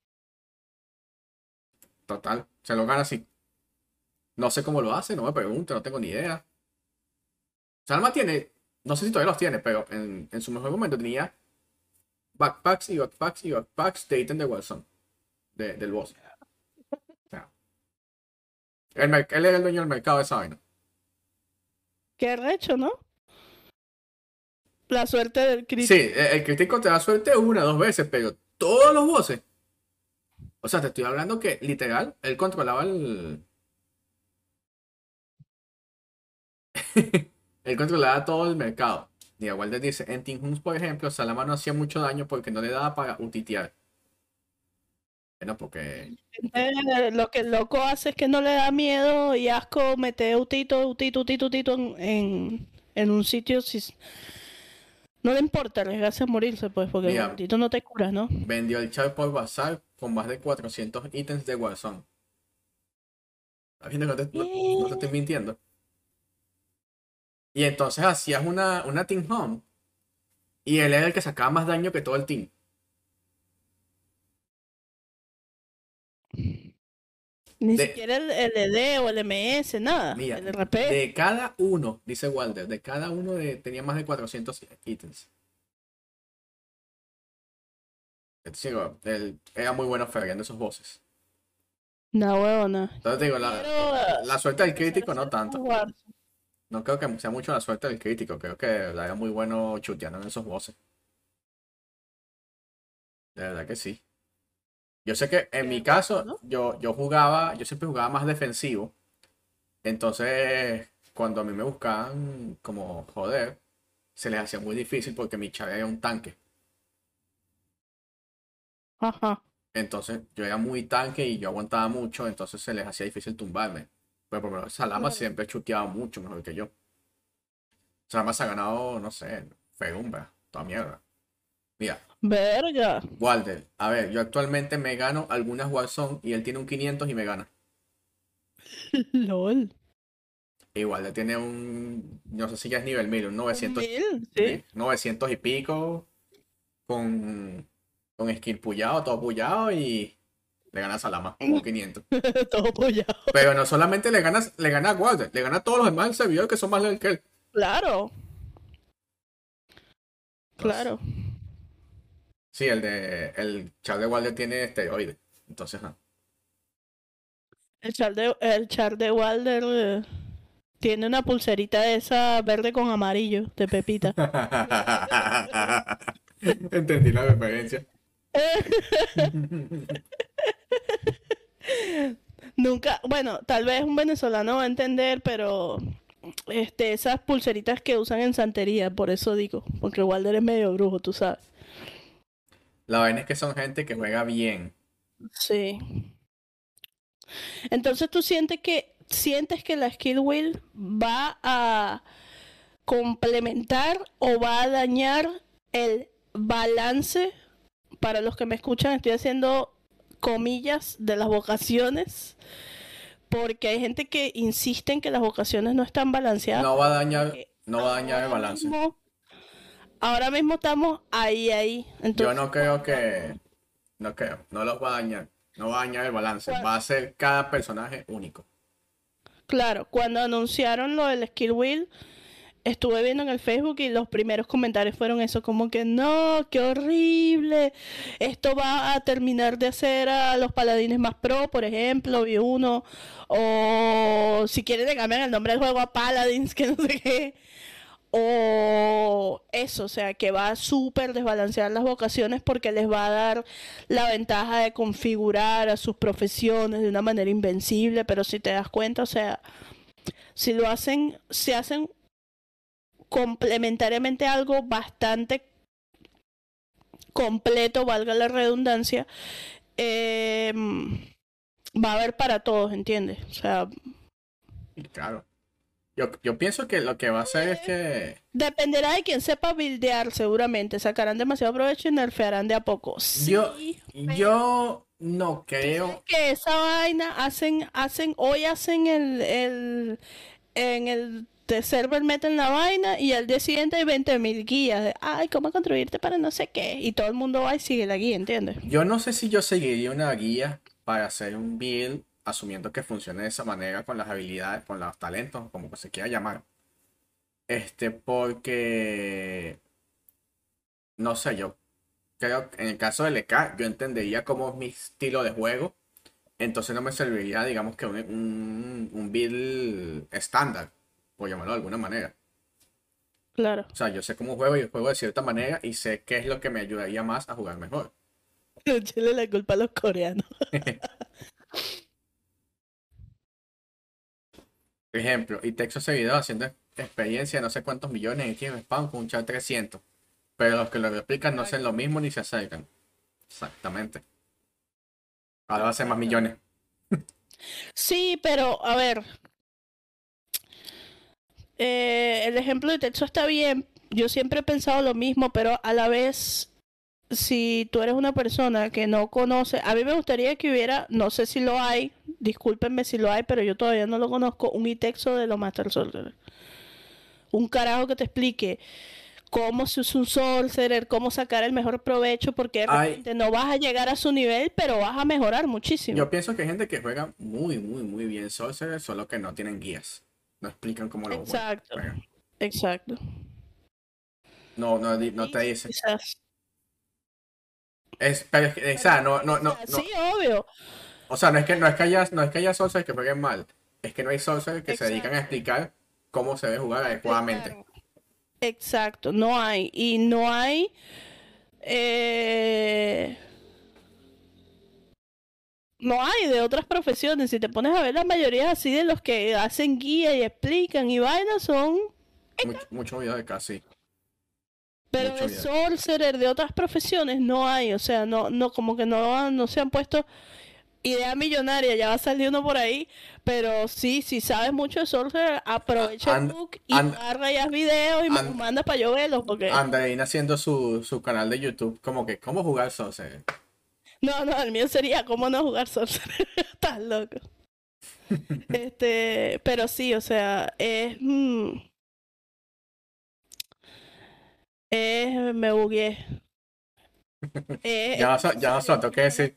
total. Se lo gana así. No sé cómo lo hace, no me pregunto, no tengo ni idea. Salma tiene, no sé si todavía los tiene, pero en su mejor momento tenía backpacks y backpacks y backpacks de ítem de Wilson, del boss. O sea, él era el dueño del mercado de esa vaina. Qué recho, ¿no? La suerte del Sí, crítico. el crítico te da suerte una, dos veces, pero todos los bosses. O sea, te estoy hablando que literal, él controlaba el. Él controlaba todo el mercado. Y Walder dice, en Team Hunt, por ejemplo, Salama no hacía mucho daño porque no le daba para utitear. Bueno, porque. Lo que el loco hace es que no le da miedo y asco meter utito en un sitio si no le importa arriesgarse a morirse, pues, porque el Mira, utito no te cura, ¿no? vendió el char por bazar con más de 400 ítems de Warzone. ¿Estás viendo que no te estoy mintiendo? Y entonces hacías una Team Hunt y él era el que sacaba más daño que todo el team. Ni De, siquiera el ED o el MS, nada. Mira, El RP. de cada uno, dice Walter, de cada uno tenía más de 400 ítems. Entonces, digo, él era muy bueno ferreando esos bosses. No, huevona. Entonces, te digo, Quiero la suerte del empezar a crítico hacer no más tanto. Warzone. No creo que sea mucho la suerte del crítico. Creo que la era muy bueno chuteando en esos bosses. De verdad que sí. Yo sé que en Qué mi recho, caso, ¿no? yo siempre jugaba más defensivo. Entonces, cuando a mí me buscaban como joder, se les hacía muy difícil porque mi chave era un tanque. Ajá. Entonces yo era muy tanque y yo aguantaba mucho, entonces se les hacía difícil tumbarme. Pero por lo menos Salama Claro. siempre chuteaba mucho mejor que yo. Salama se ha ganado, no sé, Fegumba, toda mierda. Mira, Verga. Walder, a ver, yo actualmente me gano algunas Warzone y él tiene un 500 y me gana. LOL. Y Walder tiene no sé si ya es nivel 1000, un Un 900, 1000, sí. ¿sí? 900 y pico, con skill pullado, todo pullado y le gana a Salama con un 500. Todo apoyado. Pero no solamente le gana a Walter, le gana a todos los demás del servidor que son más lejos que él. Claro, Entonces, claro. sí, el Charles de Walder tiene esteroides. Entonces, no. El char de Walder tiene una pulserita de esa verde con amarillo, de Pepita. Entendí la referencia. Nunca, bueno, tal vez un venezolano va a entender, pero esas pulseritas que usan en santería, por eso digo, porque Walder es medio brujo, tú sabes. La vaina es que son gente que juega bien. Sí. Entonces tú sientes que la skill wheel va a complementar o va a dañar el balance. Para los que me escuchan, estoy haciendo comillas de las vocaciones, porque hay gente que insiste en que las vocaciones no están balanceadas, No va a dañar, porque no va a dañar el balance. ahora mismo estamos ahí. Yo Entonces, no creo que, no creo, no los va a dañar. No va a dañar el balance. Va a ser cada personaje único. claro, cuando anunciaron lo del skill wheel, estuve viendo en el Facebook y los primeros comentarios fueron eso, como que no, qué horrible, esto va a terminar de hacer a los paladines más pro, por ejemplo, vi uno, o si quieren le cambian el nombre del juego a Paladins, que no sé qué, o eso, o sea, que va a súper desbalancear las vocaciones porque les va a dar la ventaja de configurar a sus profesiones de una manera invencible, pero si te das cuenta, o sea, Si lo hacen, si hacen complementariamente algo bastante completo, valga la redundancia, eh, va a haber para todos, ¿entiendes? O sea, Y claro. Yo pienso que lo que va a hacer es que dependerá de quien sepa buildear, seguramente. Sacarán demasiado provecho y nerfearán de a poco. yo, Sí, pero yo no tú sabes creo. que esa vaina hoy hacen en el de server meten la vaina y al día siguiente hay 20.000 guías de, ay, cómo construirte para no sé qué. Y todo el mundo va y sigue la guía, ¿entiendes? Yo no sé si yo seguiría una guía para hacer un build asumiendo que funcione de esa manera con las habilidades, con los talentos, como que se quiera llamar. Porque no sé, yo creo que en el caso del EK, yo entendería cómo es mi estilo de juego. Entonces no me serviría, digamos que un build estándar, por llamarlo de alguna manera. Claro. O sea, yo sé cómo juego y juego de cierta manera y sé qué es lo que me ayudaría más a jugar mejor. Echarle la culpa a los coreanos. Ejemplo, y texto seguido haciendo experiencia de no sé cuántos millones y tiene spam con un chat 300. Pero los que lo replican no hacen lo mismo ni se acercan. Exactamente. Ahora va a ser más millones. Sí, pero a ver, el ejemplo de texto está bien. Yo siempre he pensado lo mismo, pero a la vez, si tú eres una persona que no conoce, a mí me gustaría que hubiera, no sé si lo hay, discúlpenme si lo hay, pero yo todavía no lo conozco, un iTexto de los Master Sorcerer. Un carajo que te explique cómo se usa un sorcerer, cómo sacar el mejor provecho, porque de Hay, repente no vas a llegar a su nivel, pero vas a mejorar yo muchísimo. pienso que hay gente que juega muy, muy, muy bien Sorcerer, solo que no tienen guías. No explican cómo lo Exacto, juegan. exacto. No, no, no te Sí, dice. quizás. Pero o sea, no, O no, no, sea, sí, no. obvio. O sea, no es que haya Sorcerer que jueguen mal. Es que no hay Sorcerer que se dedican a Exacto. explicar cómo se debe jugar A adecuadamente. explicar. Exacto, no hay. Y no hay. eh, no hay de otras profesiones. Si te pones a ver, la mayoría así de los que hacen guía y explican y vainas son. Mucho video de casi. Pero Mucho de video. sorcerer de otras profesiones no hay. O sea, no, como que no se han puesto idea millonaria. Ya va a salir uno por ahí. Pero sí, si sabes mucho de sorcerer, aprovecha el And, book y and, agarra ya videos y me los and, mandas para yo verlos. Porque. Andreina haciendo su canal de YouTube, como que, ¿cómo jugar Sorcerer? No, el mío sería cómo no jugar sorcerer. Estás loco. Pero sí, o sea, me bugué. Es en Ya no serio, solo tengo que decir.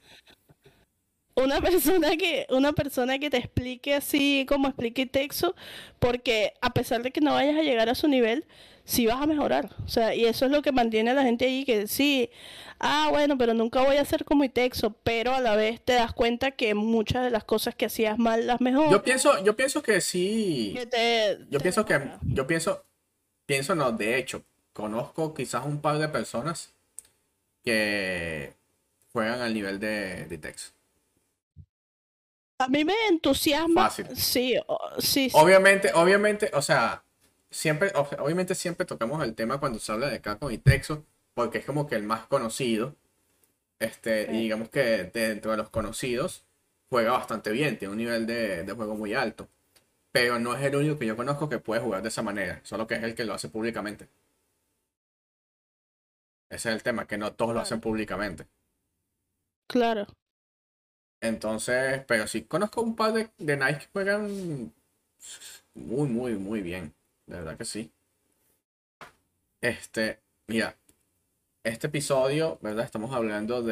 una persona que te explique así como explique texto, porque a pesar de que no vayas a llegar a su nivel, sí vas a mejorar. O sea, y eso es lo que mantiene a la gente ahí, que sí, bueno, pero nunca voy a hacer como texto, pero a la vez te das cuenta que muchas de las cosas que hacías mal las Yo mejoras, pienso, yo pienso que sí. que te mejora. Yo pienso no, de hecho, conozco quizás un par de personas que juegan al nivel de Tex. A mí me entusiasma, Fácil. sí, sí, sí. Obviamente, o sea, obviamente siempre tocamos el tema cuando se habla de Capcom y Texo, porque es como que el más conocido. Y digamos que dentro de los conocidos juega bastante bien, tiene un nivel de juego muy alto. Pero no es el único que yo conozco que puede jugar de esa manera, solo que es el que lo hace públicamente. Ese es el tema, que no todos lo hacen Claro, públicamente. claro. Entonces, pero sí conozco un par de Knights que juegan muy, muy, muy bien. De verdad que sí. Mira, este episodio, ¿verdad? Estamos hablando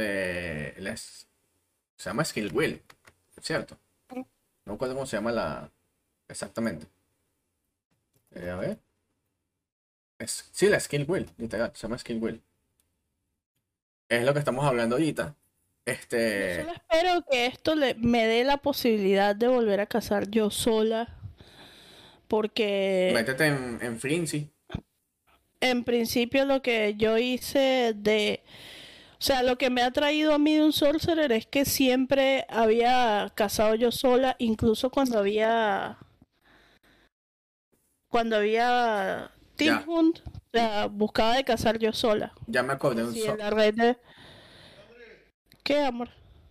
se llama Skill Wheel, ¿cierto? No recuerdo cómo se llama exactamente. A ver. Sí, la Skill Wheel, literal, se llama Skill Wheel. Es lo que estamos hablando ahorita. Yo solo espero que esto me dé la posibilidad de volver a casar yo sola, porque Métete en Frenzy. en principio lo que yo hice o sea, lo que me ha traído a mí de un sorcerer es que siempre había casado yo sola, incluso cuando había cuando había Team Ya, Hunt, o sea, buscaba de cazar yo sola. ya me acordé de un Sí, en la red de... ¿Qué, amor?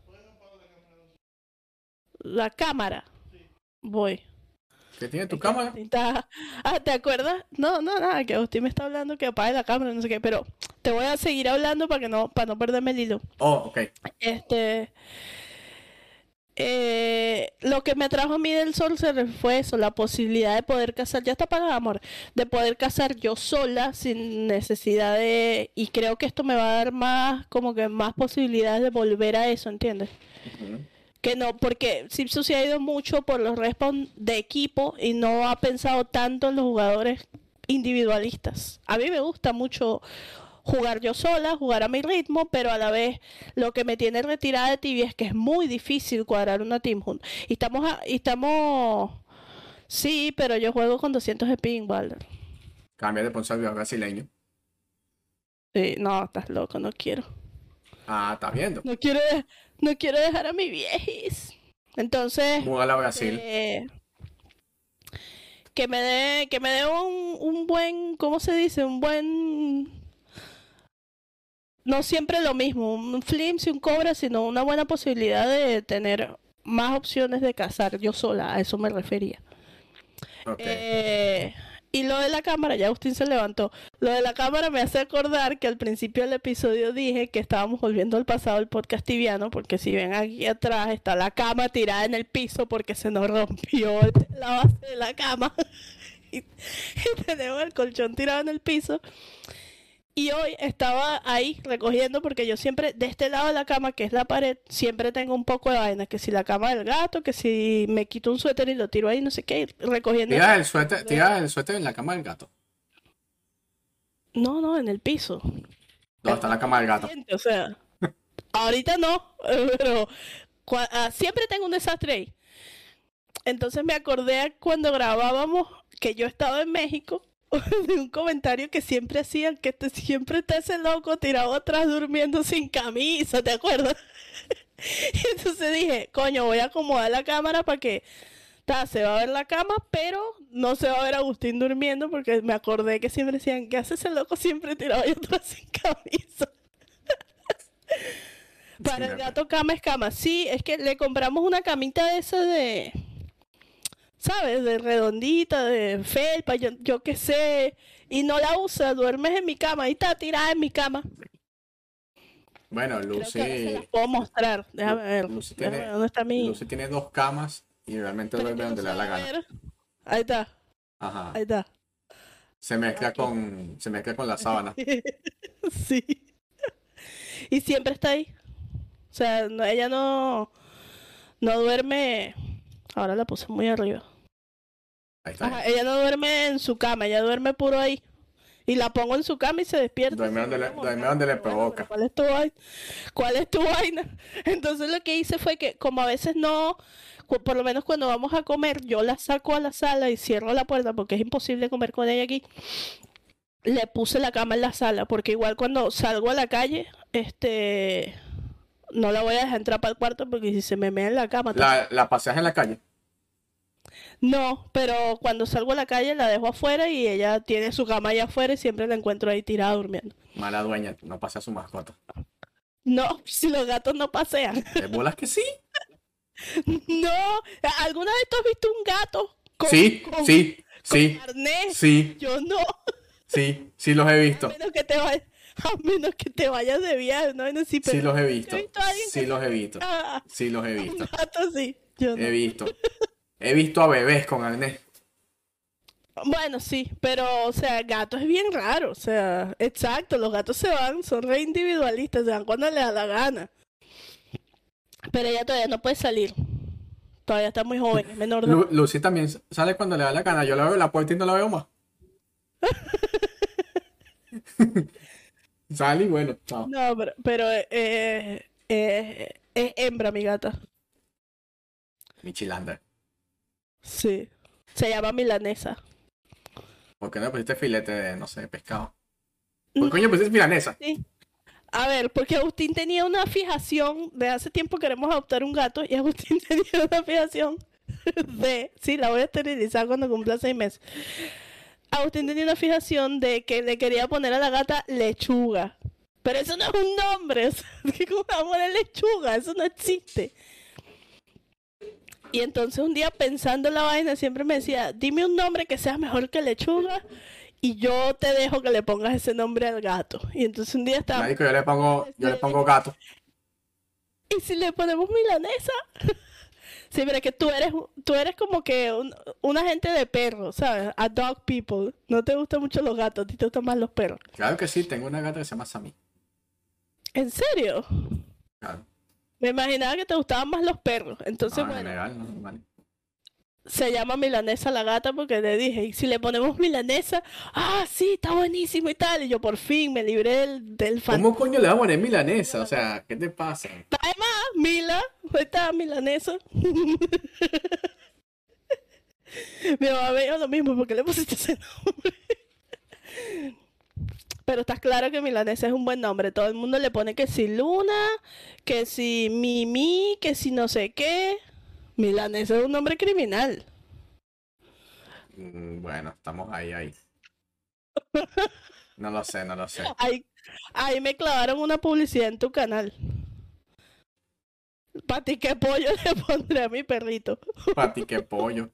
La cámara. Voy. ¿Qué tiene tu Es que cámara? Agustín está... Ah, ¿te acuerdas? No, no, nada, que Agustín me está hablando que apague la cámara, no sé qué, pero te voy a seguir hablando para no perderme el hilo. Oh, ok. Este... lo que me atrajo a mí del sol fue eso, la posibilidad de poder cazar, ya está apagada, amor, de poder cazar yo sola sin necesidad de, y creo que esto me va a dar más, como que más posibilidades de volver a eso, ¿entiendes? Ujú. Que no, porque Sipsu se ha ido mucho por los respawn de equipo y no ha pensado tanto en los jugadores individualistas. A mí me gusta mucho jugar yo sola, jugar a mi ritmo, pero a la vez lo que me tiene retirada de Tibia es que es muy difícil cuadrar una team hunt. Sí, pero yo juego con 200 de ping, Valder. Cambia de servidor brasileño. Sí, no, estás loco, no quiero. Ah, estás viendo. No quiero, no quiero dejar a mi viejis. Entonces, Muda a Brasil. que me dé un buen, ¿cómo se dice? Un buen, no siempre lo mismo, un flims y un cobra, sino una buena posibilidad de tener más opciones de cazar yo sola, a eso me refería. Ok. Y lo de la cámara, ya Agustín se levantó. Lo de la cámara me hace acordar que al principio del episodio dije que estábamos volviendo al pasado el podcast tibiano, porque si ven aquí atrás está la cama tirada en el piso porque se nos rompió la base de la cama. y tenemos el colchón tirado en el piso. Y hoy estaba ahí recogiendo porque yo siempre, de este lado de la cama, que es la pared, siempre tengo un poco de vaina. Que si la cama del gato, que si me quito un suéter y lo tiro ahí, no sé qué, recogiendo. Tiras el suéter en la cama del gato. No, en el piso. ¿Dónde está la cama del gato? O sea, ahorita no, pero siempre tengo un desastre ahí. Entonces me acordé cuando grabábamos que yo estaba en México de un comentario que siempre hacían, que siempre está ese loco tirado atrás durmiendo sin camisa, ¿te acuerdas? Y entonces dije, coño, voy a acomodar la cámara para que se va a ver la cama, pero no se va a ver a Agustín durmiendo porque me acordé que siempre decían, ¿qué hace ese loco siempre tirado ahí atrás sin camisa? Para el gato cama es cama. Sí, es que le compramos una camita de esa de... ¿Sabes? De redondita, de felpa, yo qué sé. Y no la usa, duermes en mi cama. Ahí está tirada en mi cama. Bueno, Creo que ahora se las Lucy. puedo mostrar. Déjame ver. Lucy Déjame tiene, ver dónde está mi... Lucy tiene 2 camas y realmente Pero duerme que no donde se le da la va a gana. ver. Ahí está, Ajá. ahí está. Se mezcla Aquí. con la sábana. Sí. Y siempre está ahí. O sea, ella no duerme. Ahora la puse muy arriba. Ahí está. Ajá, ella no duerme en su cama, ella duerme puro ahí. Y la pongo en su cama y se despierta. Duerme Se vuelve a montar. donde le Pero bueno, provoca. pero ¿cuál es tu vaina? ¿Cuál es tu vaina? Entonces lo que hice fue que, como a veces no, por lo menos cuando vamos a comer, yo la saco a la sala y cierro la puerta porque es imposible comer con ella aquí. Le puse la cama en la sala porque igual cuando salgo a la calle, no la voy a dejar entrar para el cuarto porque si se me mea en la cama. La paseas en la calle. No, pero cuando salgo a la calle la dejo afuera y ella tiene su cama allá afuera y siempre la encuentro ahí tirada durmiendo. Mala dueña, no pasea a su mascota. No, si los gatos no pasean. ¿De bolas que sí? No, ¿alguna vez tú has visto un gato Sí, sí, con sí, arnés? sí, Yo no, sí los he a visto. menos que te vayas, a menos que te vayas de viaje, no, no, sí, pero Sí los he yo visto. he visto a alguien Sí que los he visto. Sí los he un visto. gato sí, yo no. He visto. He visto a bebés con arnés. Bueno, sí, pero, o sea, gato es bien raro, o sea, exacto, los gatos se van, son re individualistas, se van cuando les da la gana. Pero ella todavía no puede salir, todavía está muy joven, es menor de... Lucy también sale cuando le da la gana. Yo la veo en la puerta y no la veo más. Sale y bueno, chao. No, pero es hembra mi gata, Michilander. sí, se llama milanesa. ¿Por qué no pusiste filete de, no sé, pescado? ¿Por qué coño pusiste milanesa? Sí. A ver, porque Agustín tenía una fijación, de hace tiempo queremos adoptar un gato y Agustín tenía una fijación sí, la voy a esterilizar cuando cumpla 6 meses. Agustín tenía una fijación de que le quería poner a la gata lechuga. Pero eso no es un nombre. O sea, ¿cómo le vamos a poner lechuga? Eso no existe. Y entonces un día pensando en la vaina siempre me decía, dime un nombre que sea mejor que lechuga y yo te dejo que le pongas ese nombre al gato. Y entonces un día estaba... Marico, yo le pongo gato. ¿Y si le ponemos milanesa? Sí, pero es que tú eres como que un agente de perros, ¿sabes? A dog people. No te gustan mucho los gatos, a ti te gustan más los perros. Claro que sí, tengo una gata que se llama Sammy. ¿En serio? Claro. Me imaginaba que te gustaban más los perros. Entonces, No, en bueno, general, no, vale. se llama milanesa la gata porque le dije, ¿y si le ponemos milanesa? Ah, sí, está buenísimo y tal. Y yo por fin me libré del ¿Cómo coño le vamos a poner milanesa? O sea, ¿qué te pasa? Además, Mila, ahí está milanesa. Mi mamá me dijo lo mismo, ¿por qué le pusiste ese nombre? Pero estás claro que milanesa es un buen nombre. Todo el mundo le pone que si Luna, que si Mimi, que si no sé qué. Milanesa es un nombre criminal. Bueno, estamos ahí. No lo sé, no lo sé. Ahí me clavaron una publicidad en tu canal. Pati, qué pollo le pondré a mi perrito. Pati, qué pollo.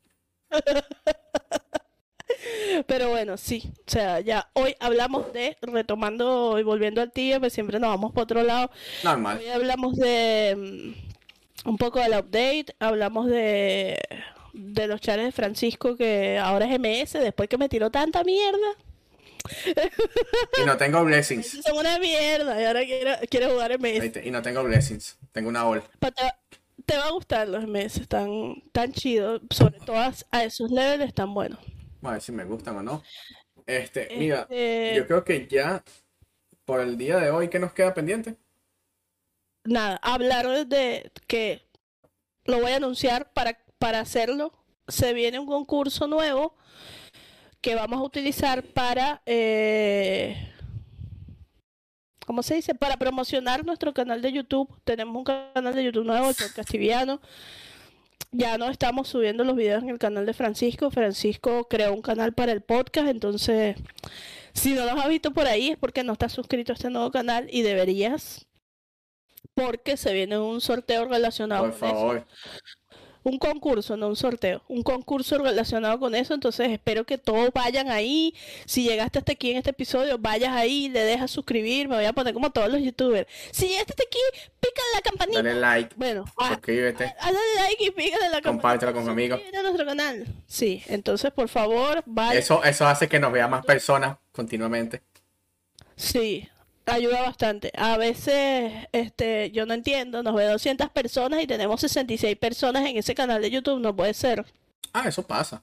Pero bueno, sí. O sea, ya hoy hablamos retomando y volviendo al tío, pues siempre nos vamos por otro lado. Normal. Hoy hablamos de un poco del update, hablamos de los chats de Francisco, que ahora es MS, después que me tiró tanta mierda. Y no tengo blessings. Son una mierda, y ahora quiero jugar MS. Y no tengo blessings. Tengo una all. Te va a gustar los MS, tan chidos, sobre todo a esos levels están buenos. Vamos a ver si me gustan o no. Mira, yo creo que ya por el día de hoy, ¿qué nos queda pendiente? Nada, hablar de que lo voy a anunciar para hacerlo. Se viene un concurso nuevo que vamos a utilizar para, ¿cómo se dice? Para promocionar nuestro canal de YouTube. Tenemos un canal de YouTube nuevo, el Podcast Tibiano. Ya no estamos subiendo los videos en el canal de Francisco. Francisco creó un canal para el podcast, entonces si no los has visto por ahí es porque no estás suscrito a este nuevo canal y deberías, porque se viene un sorteo relacionado Por con favor. eso. Un concurso, no un sorteo, un concurso relacionado con eso, entonces espero que todos vayan ahí. Si llegaste hasta aquí en este episodio, vayas ahí, le dejas suscribir, me voy a poner como todos los youtubers. Si llegaste hasta aquí, pícale la campanita. Dale like, bueno, suscríbete, dale like y pícale la campanita. compártelo con amigos. Suscríbete a nuestro canal. Sí, entonces por favor, vaya. Eso hace que nos vean más personas continuamente. Sí, ayuda bastante. A veces, yo no entiendo, nos ve 200 personas y tenemos 66 personas en ese canal de YouTube, no puede ser. Ah, eso pasa.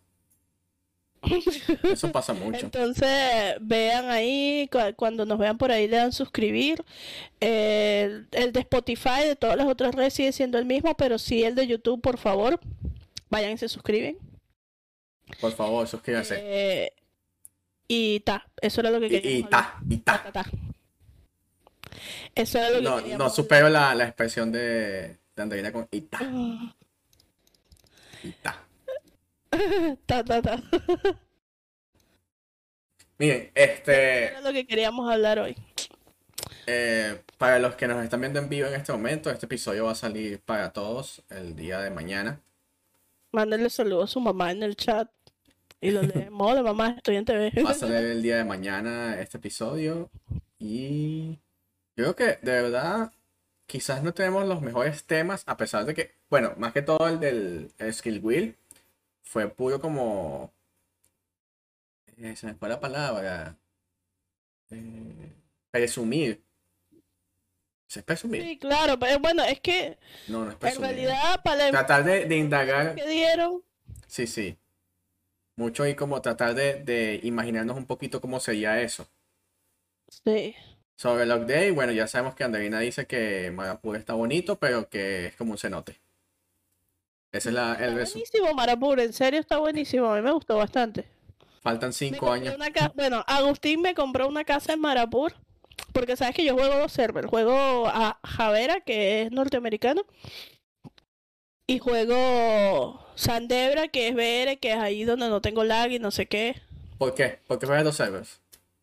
Eso pasa mucho. Entonces, vean ahí, cuando nos vean por ahí, le dan suscribir. El de Spotify, de todas las otras redes sigue siendo el mismo, pero sí el de YouTube, por favor, vayan y se suscriben. Por favor, suscríbanse. Y eso era lo que queríamos hablar. Eso era lo que queríamos No supero la expresión de Andreina con Ita. Ita. Miren, Eso era lo que queríamos hablar hoy. Para los que nos están viendo en vivo en este momento, este episodio va a salir para todos el día de mañana. Mándenle saludos a su mamá en el chat y lo leemos. Hola mamá, estoy en TV. Va a salir el día de mañana este episodio y creo que de verdad quizás no tenemos los mejores temas, a pesar de que, bueno, más que todo el del Skill Wheel fue puro como se me fue la palabra, presumir. ¿Es presumir? Sí, claro, pero bueno, es que No es en presumir. realidad para Tratar de indagar. que dieron, Sí. Mucho y como tratar de imaginarnos un poquito cómo sería eso. sí. Sobre el update, bueno, ya sabemos que Andreina dice que Marapur está bonito, pero que es como un cenote. Ese es el Está resumen. buenísimo Marapur, en serio está buenísimo, a mí me gustó bastante. Faltan 5 años. Bueno, Agustín me compró una casa en Marapur, porque sabes que yo juego dos servers, juego a Javera, que es norteamericano, y juego Sandebra, que es BR, que es ahí donde no tengo lag y no sé qué. ¿Por qué? ¿Por qué juegas dos servers?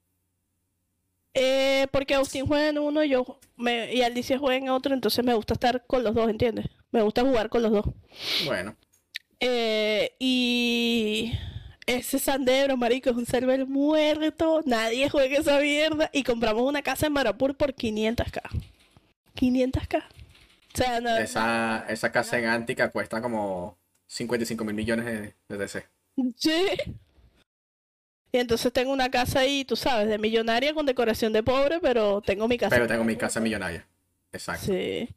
Porque Agustín juega en uno y Alicia juega en otro, entonces me gusta estar con los dos, ¿entiendes? Me gusta jugar con los dos. Bueno, Y ese Sandero, marico, es un server muerto, nadie juega esa mierda. Y compramos una casa en Marapur por 500k. 500k. O sea, esa casa en Antica cuesta como 55.000 millones de DC. sí. Y entonces tengo una casa ahí, tú sabes, de millonaria con decoración de pobre, pero tengo mi casa. Pero tengo mi casa millonaria. Exacto. Sí.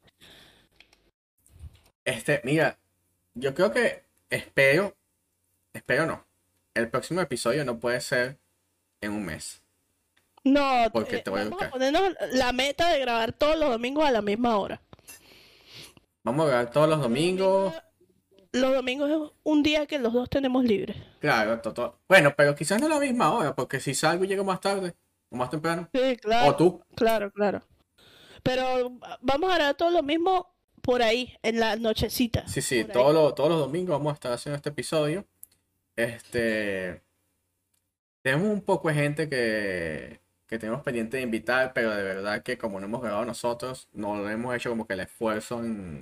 Mira, yo creo que espero no. El próximo episodio no puede ser en un mes. No, Porque te voy a vamos a buscar. ponernos la meta de grabar todos los domingos a la misma hora. Vamos a grabar todos los domingos. Los domingos es un día que los dos tenemos libres. Claro, bueno, pero quizás no a la misma hora, porque si salgo y llego más tarde o más temprano. Sí, O claro, tú. claro. Pero vamos a grabar todo lo mismo por ahí, en la nochecita. Sí, Por ahí. todos los domingos vamos a estar haciendo este episodio. Este, tenemos un poco de gente que tenemos pendiente de invitar, pero de verdad que como no hemos grabado nosotros, no hemos hecho como que el esfuerzo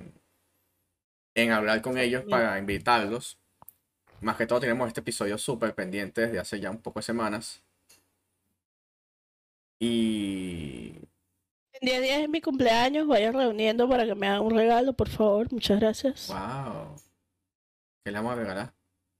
en hablar con ellos para invitarlos. Más que todo tenemos este episodio súper pendiente desde hace ya un poco de semanas. Y... En 10 días es mi cumpleaños, vayan reuniendo para que me hagan un regalo, por favor. Muchas gracias. ¡Wow! ¿Qué le vamos a regalar?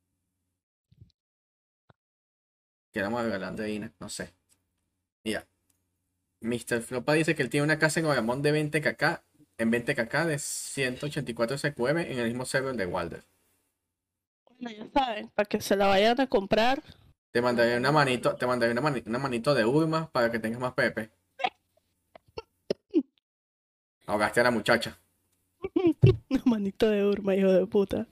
¿Qué le vamos a regalar de Ina? No sé. Mira, Mr. Flopa dice que él tiene una casa en Ogamón de 20kk, en 20kk de 184 SQM en el mismo server de Walder. Bueno, ya saben, para que se la vayan a comprar. Te mandaré una manito, una manito de Urma para que tengas más Pepe. Ahogaste a la muchacha. Una manito de Urma, hijo de puta.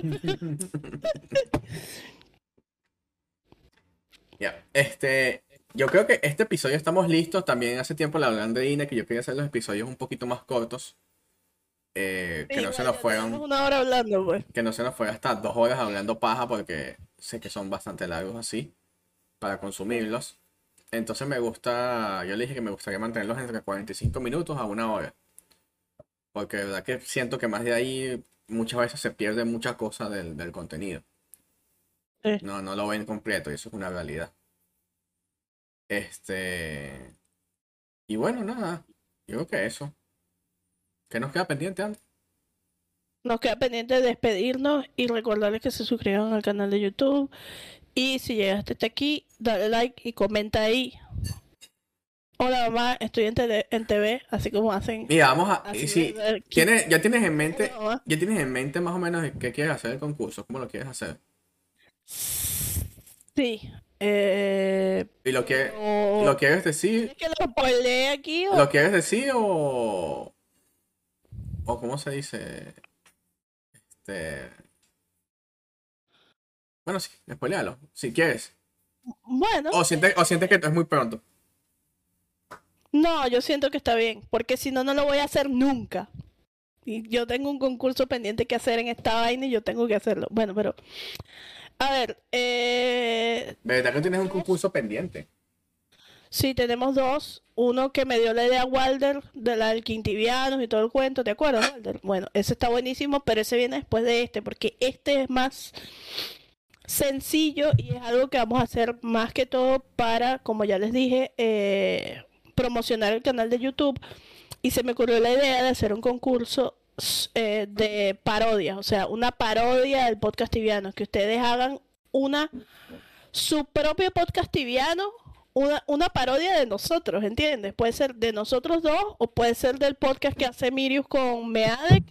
Ya, yo creo que este episodio estamos listos. También hace tiempo la hablando de Ina que yo quería hacer los episodios un poquito más cortos. Que no se nos Tenemos fueron, una hora hablando, pues. que no se nos fue hasta 2 horas hablando paja porque sé que son bastante largos así para consumirlos. Entonces yo le dije que me gustaría mantenerlos entre 45 minutos a 1 hora. Porque de verdad que siento que más de ahí muchas veces se pierde mucha cosa del contenido. Sí. No lo ven completo y eso es una realidad. Este... Y bueno, nada. Yo creo que eso. ¿Qué nos queda pendiente, Andy? Nos queda pendiente de despedirnos y recordarles que se suscriban al canal de YouTube. Y si llegaste hasta aquí, dale like y comenta ahí. Hola mamá, estoy en TV, así como hacen. Mira, vamos a... Así Y si ya tienes en mente, más o menos qué quieres hacer el concurso, cómo lo quieres hacer. Sí. Y Pero... lo quieres decir, ¿Quieres que lo spoilee aquí o...? lo quieres decir o cómo se dice, este, bueno, sí, spoiléalo, si quieres. Bueno, O sientes que es muy pronto. no, yo siento que está bien, porque si no, no lo voy a hacer nunca. Y yo tengo un concurso pendiente que hacer en esta vaina y yo tengo que hacerlo. Bueno, pero... A ver, ¿Verdad que tienes un concurso pendiente? sí, tenemos dos. Uno que me dio la idea Walder, de la del Quintivianos y todo el cuento, ¿te acuerdas, Walder? Bueno, ese está buenísimo, pero ese viene después de este, porque este es más sencillo y es algo que vamos a hacer más que todo para, como ya les dije, promocionar el canal de YouTube. Y se me ocurrió la idea de hacer un concurso de parodias, o sea, una parodia del podcast tibiano, que ustedes hagan su propio podcast tibiano, una parodia de nosotros, ¿entiendes? Puede ser de nosotros dos o puede ser del podcast que hace Mirius con Meadec.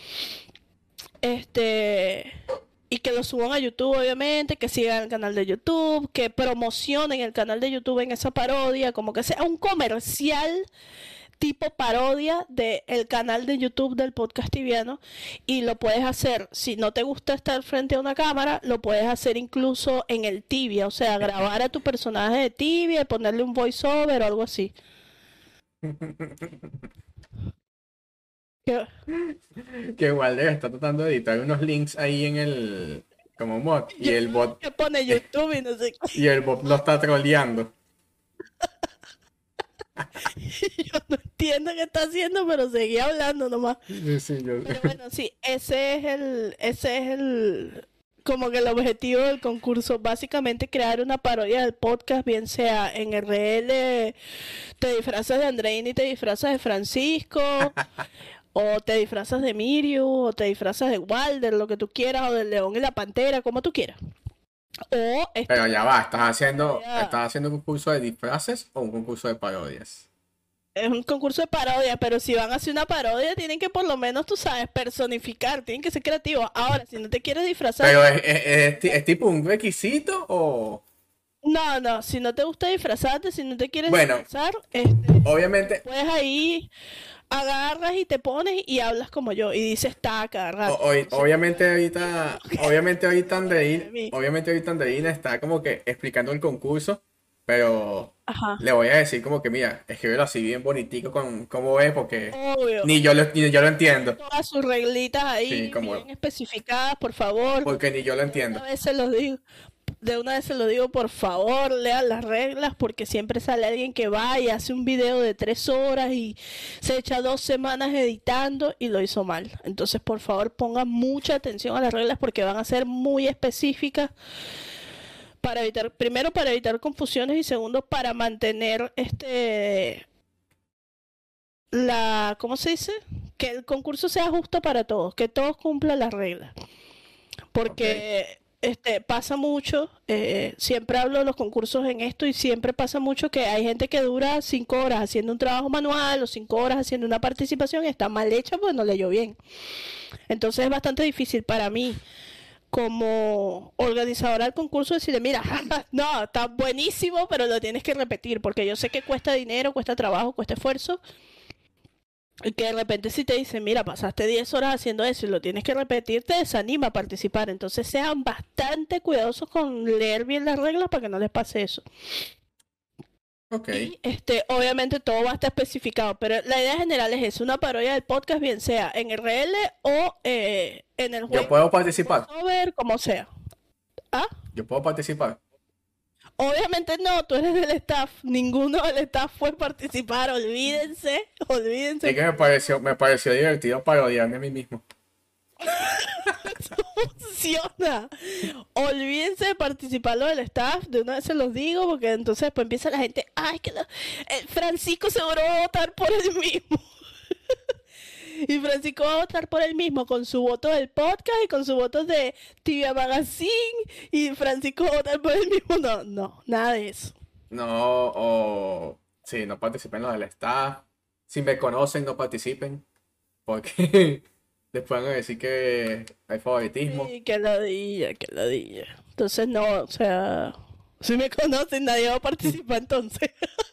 Y que lo suban a YouTube, obviamente, que sigan el canal de YouTube, que promocionen el canal de YouTube en esa parodia, como que sea un comercial tipo parodia del canal de YouTube del podcast tibiano. Y lo puedes hacer, si no te gusta estar frente a una cámara, lo puedes hacer incluso en el Tibia, o sea, grabar a tu personaje de Tibia y ponerle un voiceover o algo así. ¿Qué? Que Walder está tratando de editar unos links ahí como mod. Y Yo el veo bot, que pone YouTube y no sé qué. y el bot lo está troleando. Yo no entiendo qué está haciendo, pero seguí hablando nomás. Sí, sí, yo. Pero bueno, sí, como que el objetivo del concurso, básicamente crear una parodia del podcast, bien sea en RL, te disfrazas de Andreina y te disfrazas de Francisco, o te disfrazas de Miriu, o te disfrazas de Walder, lo que tú quieras, o del León y la Pantera, como tú quieras. O Pero ya va, parodia. ¿estás haciendo un concurso de disfraces o un concurso de parodias? Es un concurso de parodia, pero si van a hacer una parodia, tienen que por lo menos, tú sabes, personificar, tienen que ser creativos. Ahora, si no te quieres disfrazar, Pero es tipo un requisito o. no, no, si no te gusta disfrazarte, si no te quieres Bueno, disfrazar, obviamente, puedes ahí, agarras y te pones y hablas como yo, y dices ta cada rato. Entonces, obviamente ahorita Andreina está como que explicando el concurso, pero ajá, le voy a decir como que mira, escríbelo así bien bonitico con cómo es, porque obvio. ni yo lo entiendo. Todas sus reglitas Sí, ahí como, bien especificadas, por favor. porque ni yo lo De una entiendo. vez se los digo. De una vez se lo digo, por favor, lean las reglas, porque siempre sale alguien que va y hace un video de 3 horas y se echa 2 semanas editando y lo hizo mal. Entonces, por favor, pongan mucha atención a las reglas porque van a ser muy específicas para evitar, primero, para evitar confusiones y segundo, para mantener ¿cómo se dice? Que el concurso sea justo para todos, que todos cumplan las reglas. Ok. Porque pasa mucho, siempre hablo de los concursos en esto y siempre pasa mucho que hay gente que dura 5 horas haciendo un trabajo manual o 5 horas haciendo una participación y está mal hecha pues no leyó bien. Entonces es bastante difícil para mí como organizadora del concurso decirle, mira, no, está buenísimo, pero lo tienes que repetir porque yo sé que cuesta dinero, cuesta trabajo, cuesta esfuerzo. Y que de repente si te dicen, mira, pasaste 10 horas haciendo eso y lo tienes que repetir, te desanima a participar. Entonces sean bastante cuidadosos con leer bien las reglas para que no les pase eso. Ok. Y obviamente todo va a estar especificado, pero la idea general es eso, una parodia del podcast, bien sea en RL o en el Yo juego, puedo en el participar. voiceover, como sea. ¿Ah? Yo puedo participar. Obviamente no, tú eres del staff, ninguno del staff fue participar, olvídense, olvídense Es que porque eso me pareció divertido parodiarme a mí mismo. funciona. Olvídense de participar lo del staff, de una vez se los digo, porque entonces después empieza la gente, ay, Francisco seguro va a votar por él mismo. Y Francisco va a votar por él mismo con su voto del podcast y con su voto de Tibia Magazine. Y Francisco va a votar por él mismo. No, no, nada de eso. No, o. Sí, no participen los del staff. Si me conocen, no participen. Porque después van a decir que hay favoritismo. Sí, qué ladilla, qué ladilla. Entonces no, o sea, si me conocen nadie va a participar entonces.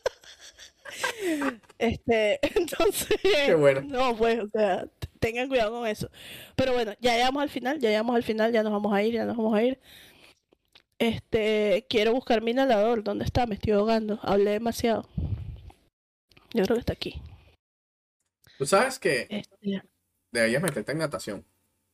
Qué Entonces, bueno. no, pues, o sea, tengan cuidado con eso. Pero bueno, ya llegamos al final, ya llegamos al final, ya nos vamos a ir, ya nos vamos a ir. Quiero buscar mi inhalador, ¿dónde está? Me estoy ahogando, hablé demasiado. Yo creo que está aquí. Tú sabes que Este, deberías meterte en natación.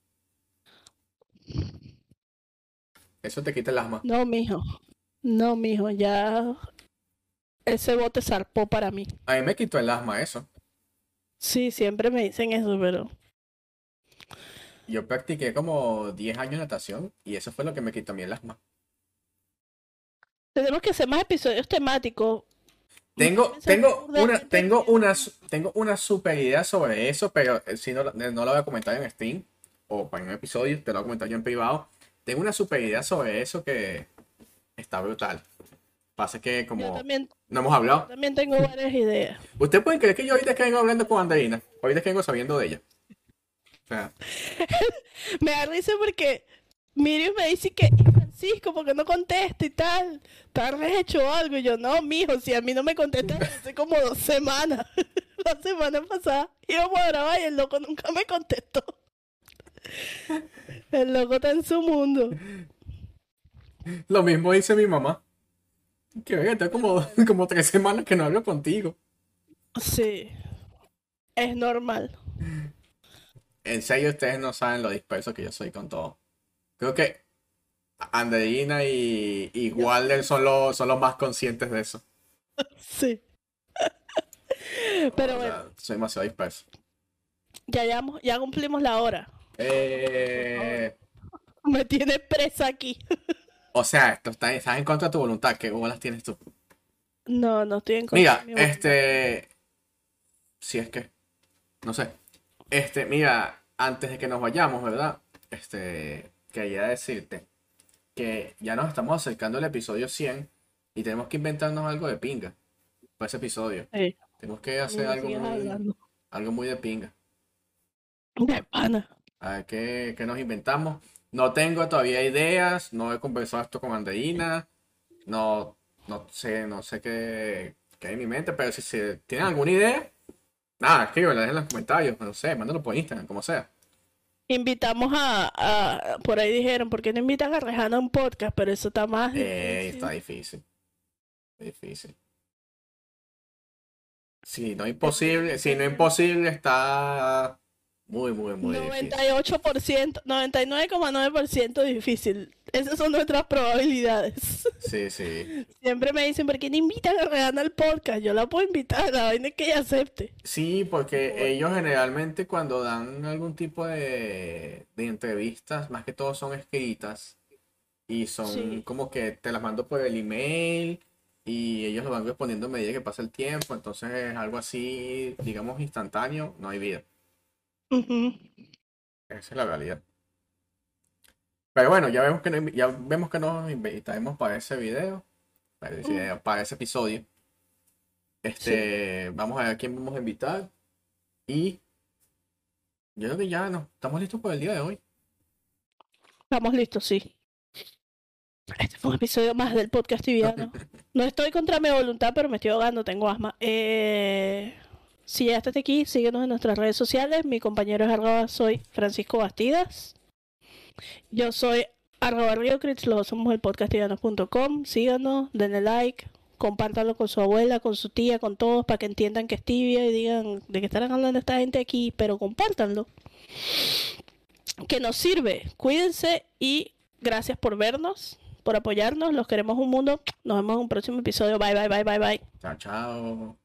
Eso te quita el asma. no, mijo, no, mijo, ya ese bote zarpó para mí. A mí me quitó el asma eso. Sí, siempre me dicen eso, pero Yo practiqué como 10 años natación y eso fue lo que me quitó a mí el asma. tenemos que hacer más episodios temáticos. Mari me salió burda de gente diciendo, Tengo una super idea sobre eso, pero si no, no la voy a comentar en Steam o para un episodio, te lo voy a comentar yo en privado. Tengo una super idea sobre eso que está brutal. Pasa que yo como también, no hemos yo hablado. también tengo varias ideas. ¿Usted puede creer que yo ahorita que vengo hablando con Andreina? Ahorita que vengo sabiendo de ella. O sea, Me da risa porque Miriam me dice que, "Y Francisco, ¿por qué no contesta y tal? ¿Te has hecho algo?" Y yo, no, mijo, si a mí no me contesta desde hace como 2 semanas. La semana pasada íbamos a grabar y el loco nunca me contestó. El loco está en su mundo. lo mismo dice mi mamá. Que oiga, está Pero como, bueno, como 3 semanas que no hablo contigo. sí, es normal. En serio, ustedes no saben lo disperso que yo soy con todo. Creo que Andreina y Walder son los más conscientes de eso. Sí. Pero O bueno, sea, soy demasiado disperso. ya cumplimos la hora. Por favor. Eh, Me tiene presa aquí. o sea, estás en contra de tu voluntad. ¿Qué bolas tienes tú? No, no estoy en contra de Mira, mi voluntad. si es que, no sé. Mira, antes de que nos vayamos, ¿verdad? Quería decirte que ya nos estamos acercando al episodio 100 y tenemos que inventarnos algo de pinga para ese episodio. Sí, Tenemos que ni hacer me sigas hablando. algo muy de pinga. De pana. A ver qué nos inventamos. No tengo todavía ideas, no he conversado esto con Andreina, no, no sé qué hay en mi mente, pero si se tienen alguna idea, nada, escríbela en los comentarios, no sé, mándalo por Instagram, como sea. Invitamos por ahí dijeron, ¿por qué no invitan a Rejana a un podcast? Pero eso está más Está difícil. difícil, difícil. Si no imposible, está muy difícil. 98%, 99,9% difícil. Esas son nuestras probabilidades. Sí, sí. Siempre me dicen, ¿por qué no invitan a Rejana al podcast? Yo la puedo invitar, la vaina es que ella acepte. Sí, Pero porque bueno, ellos generalmente cuando dan algún tipo de entrevistas, más que todo son escritas y son sí. como que te las mando por el email y ellos lo van respondiendo a medida que pasa el tiempo, entonces es algo así, digamos, instantáneo, no hay vida. Ujú. Esa es la realidad. Pero bueno, ya vemos que nos invitaremos para ese para ese episodio. Sí, Vamos a ver a quién vamos a invitar y yo creo que ya no, estamos listos por el día de hoy. estamos listos, sí. Este fue un episodio más del podcast tibiano. No estoy contra mi voluntad, pero me estoy ahogando, tengo asma. Si ya estás aquí, síguenos en nuestras redes sociales. Mi compañero es soy Francisco Bastidas. Yo soy @RioCrits, los dos somos el podcastidianos.com. Síganos, denle like, compártanlo con su abuela, con su tía, con todos, para que entiendan que es tibia y digan de qué estarán hablando esta gente aquí, pero compártanlo. Que nos sirve. Cuídense y gracias por vernos, por apoyarnos. Los queremos un mundo. Nos vemos en un próximo episodio. Bye, bye, bye, bye, bye. Chao, chao.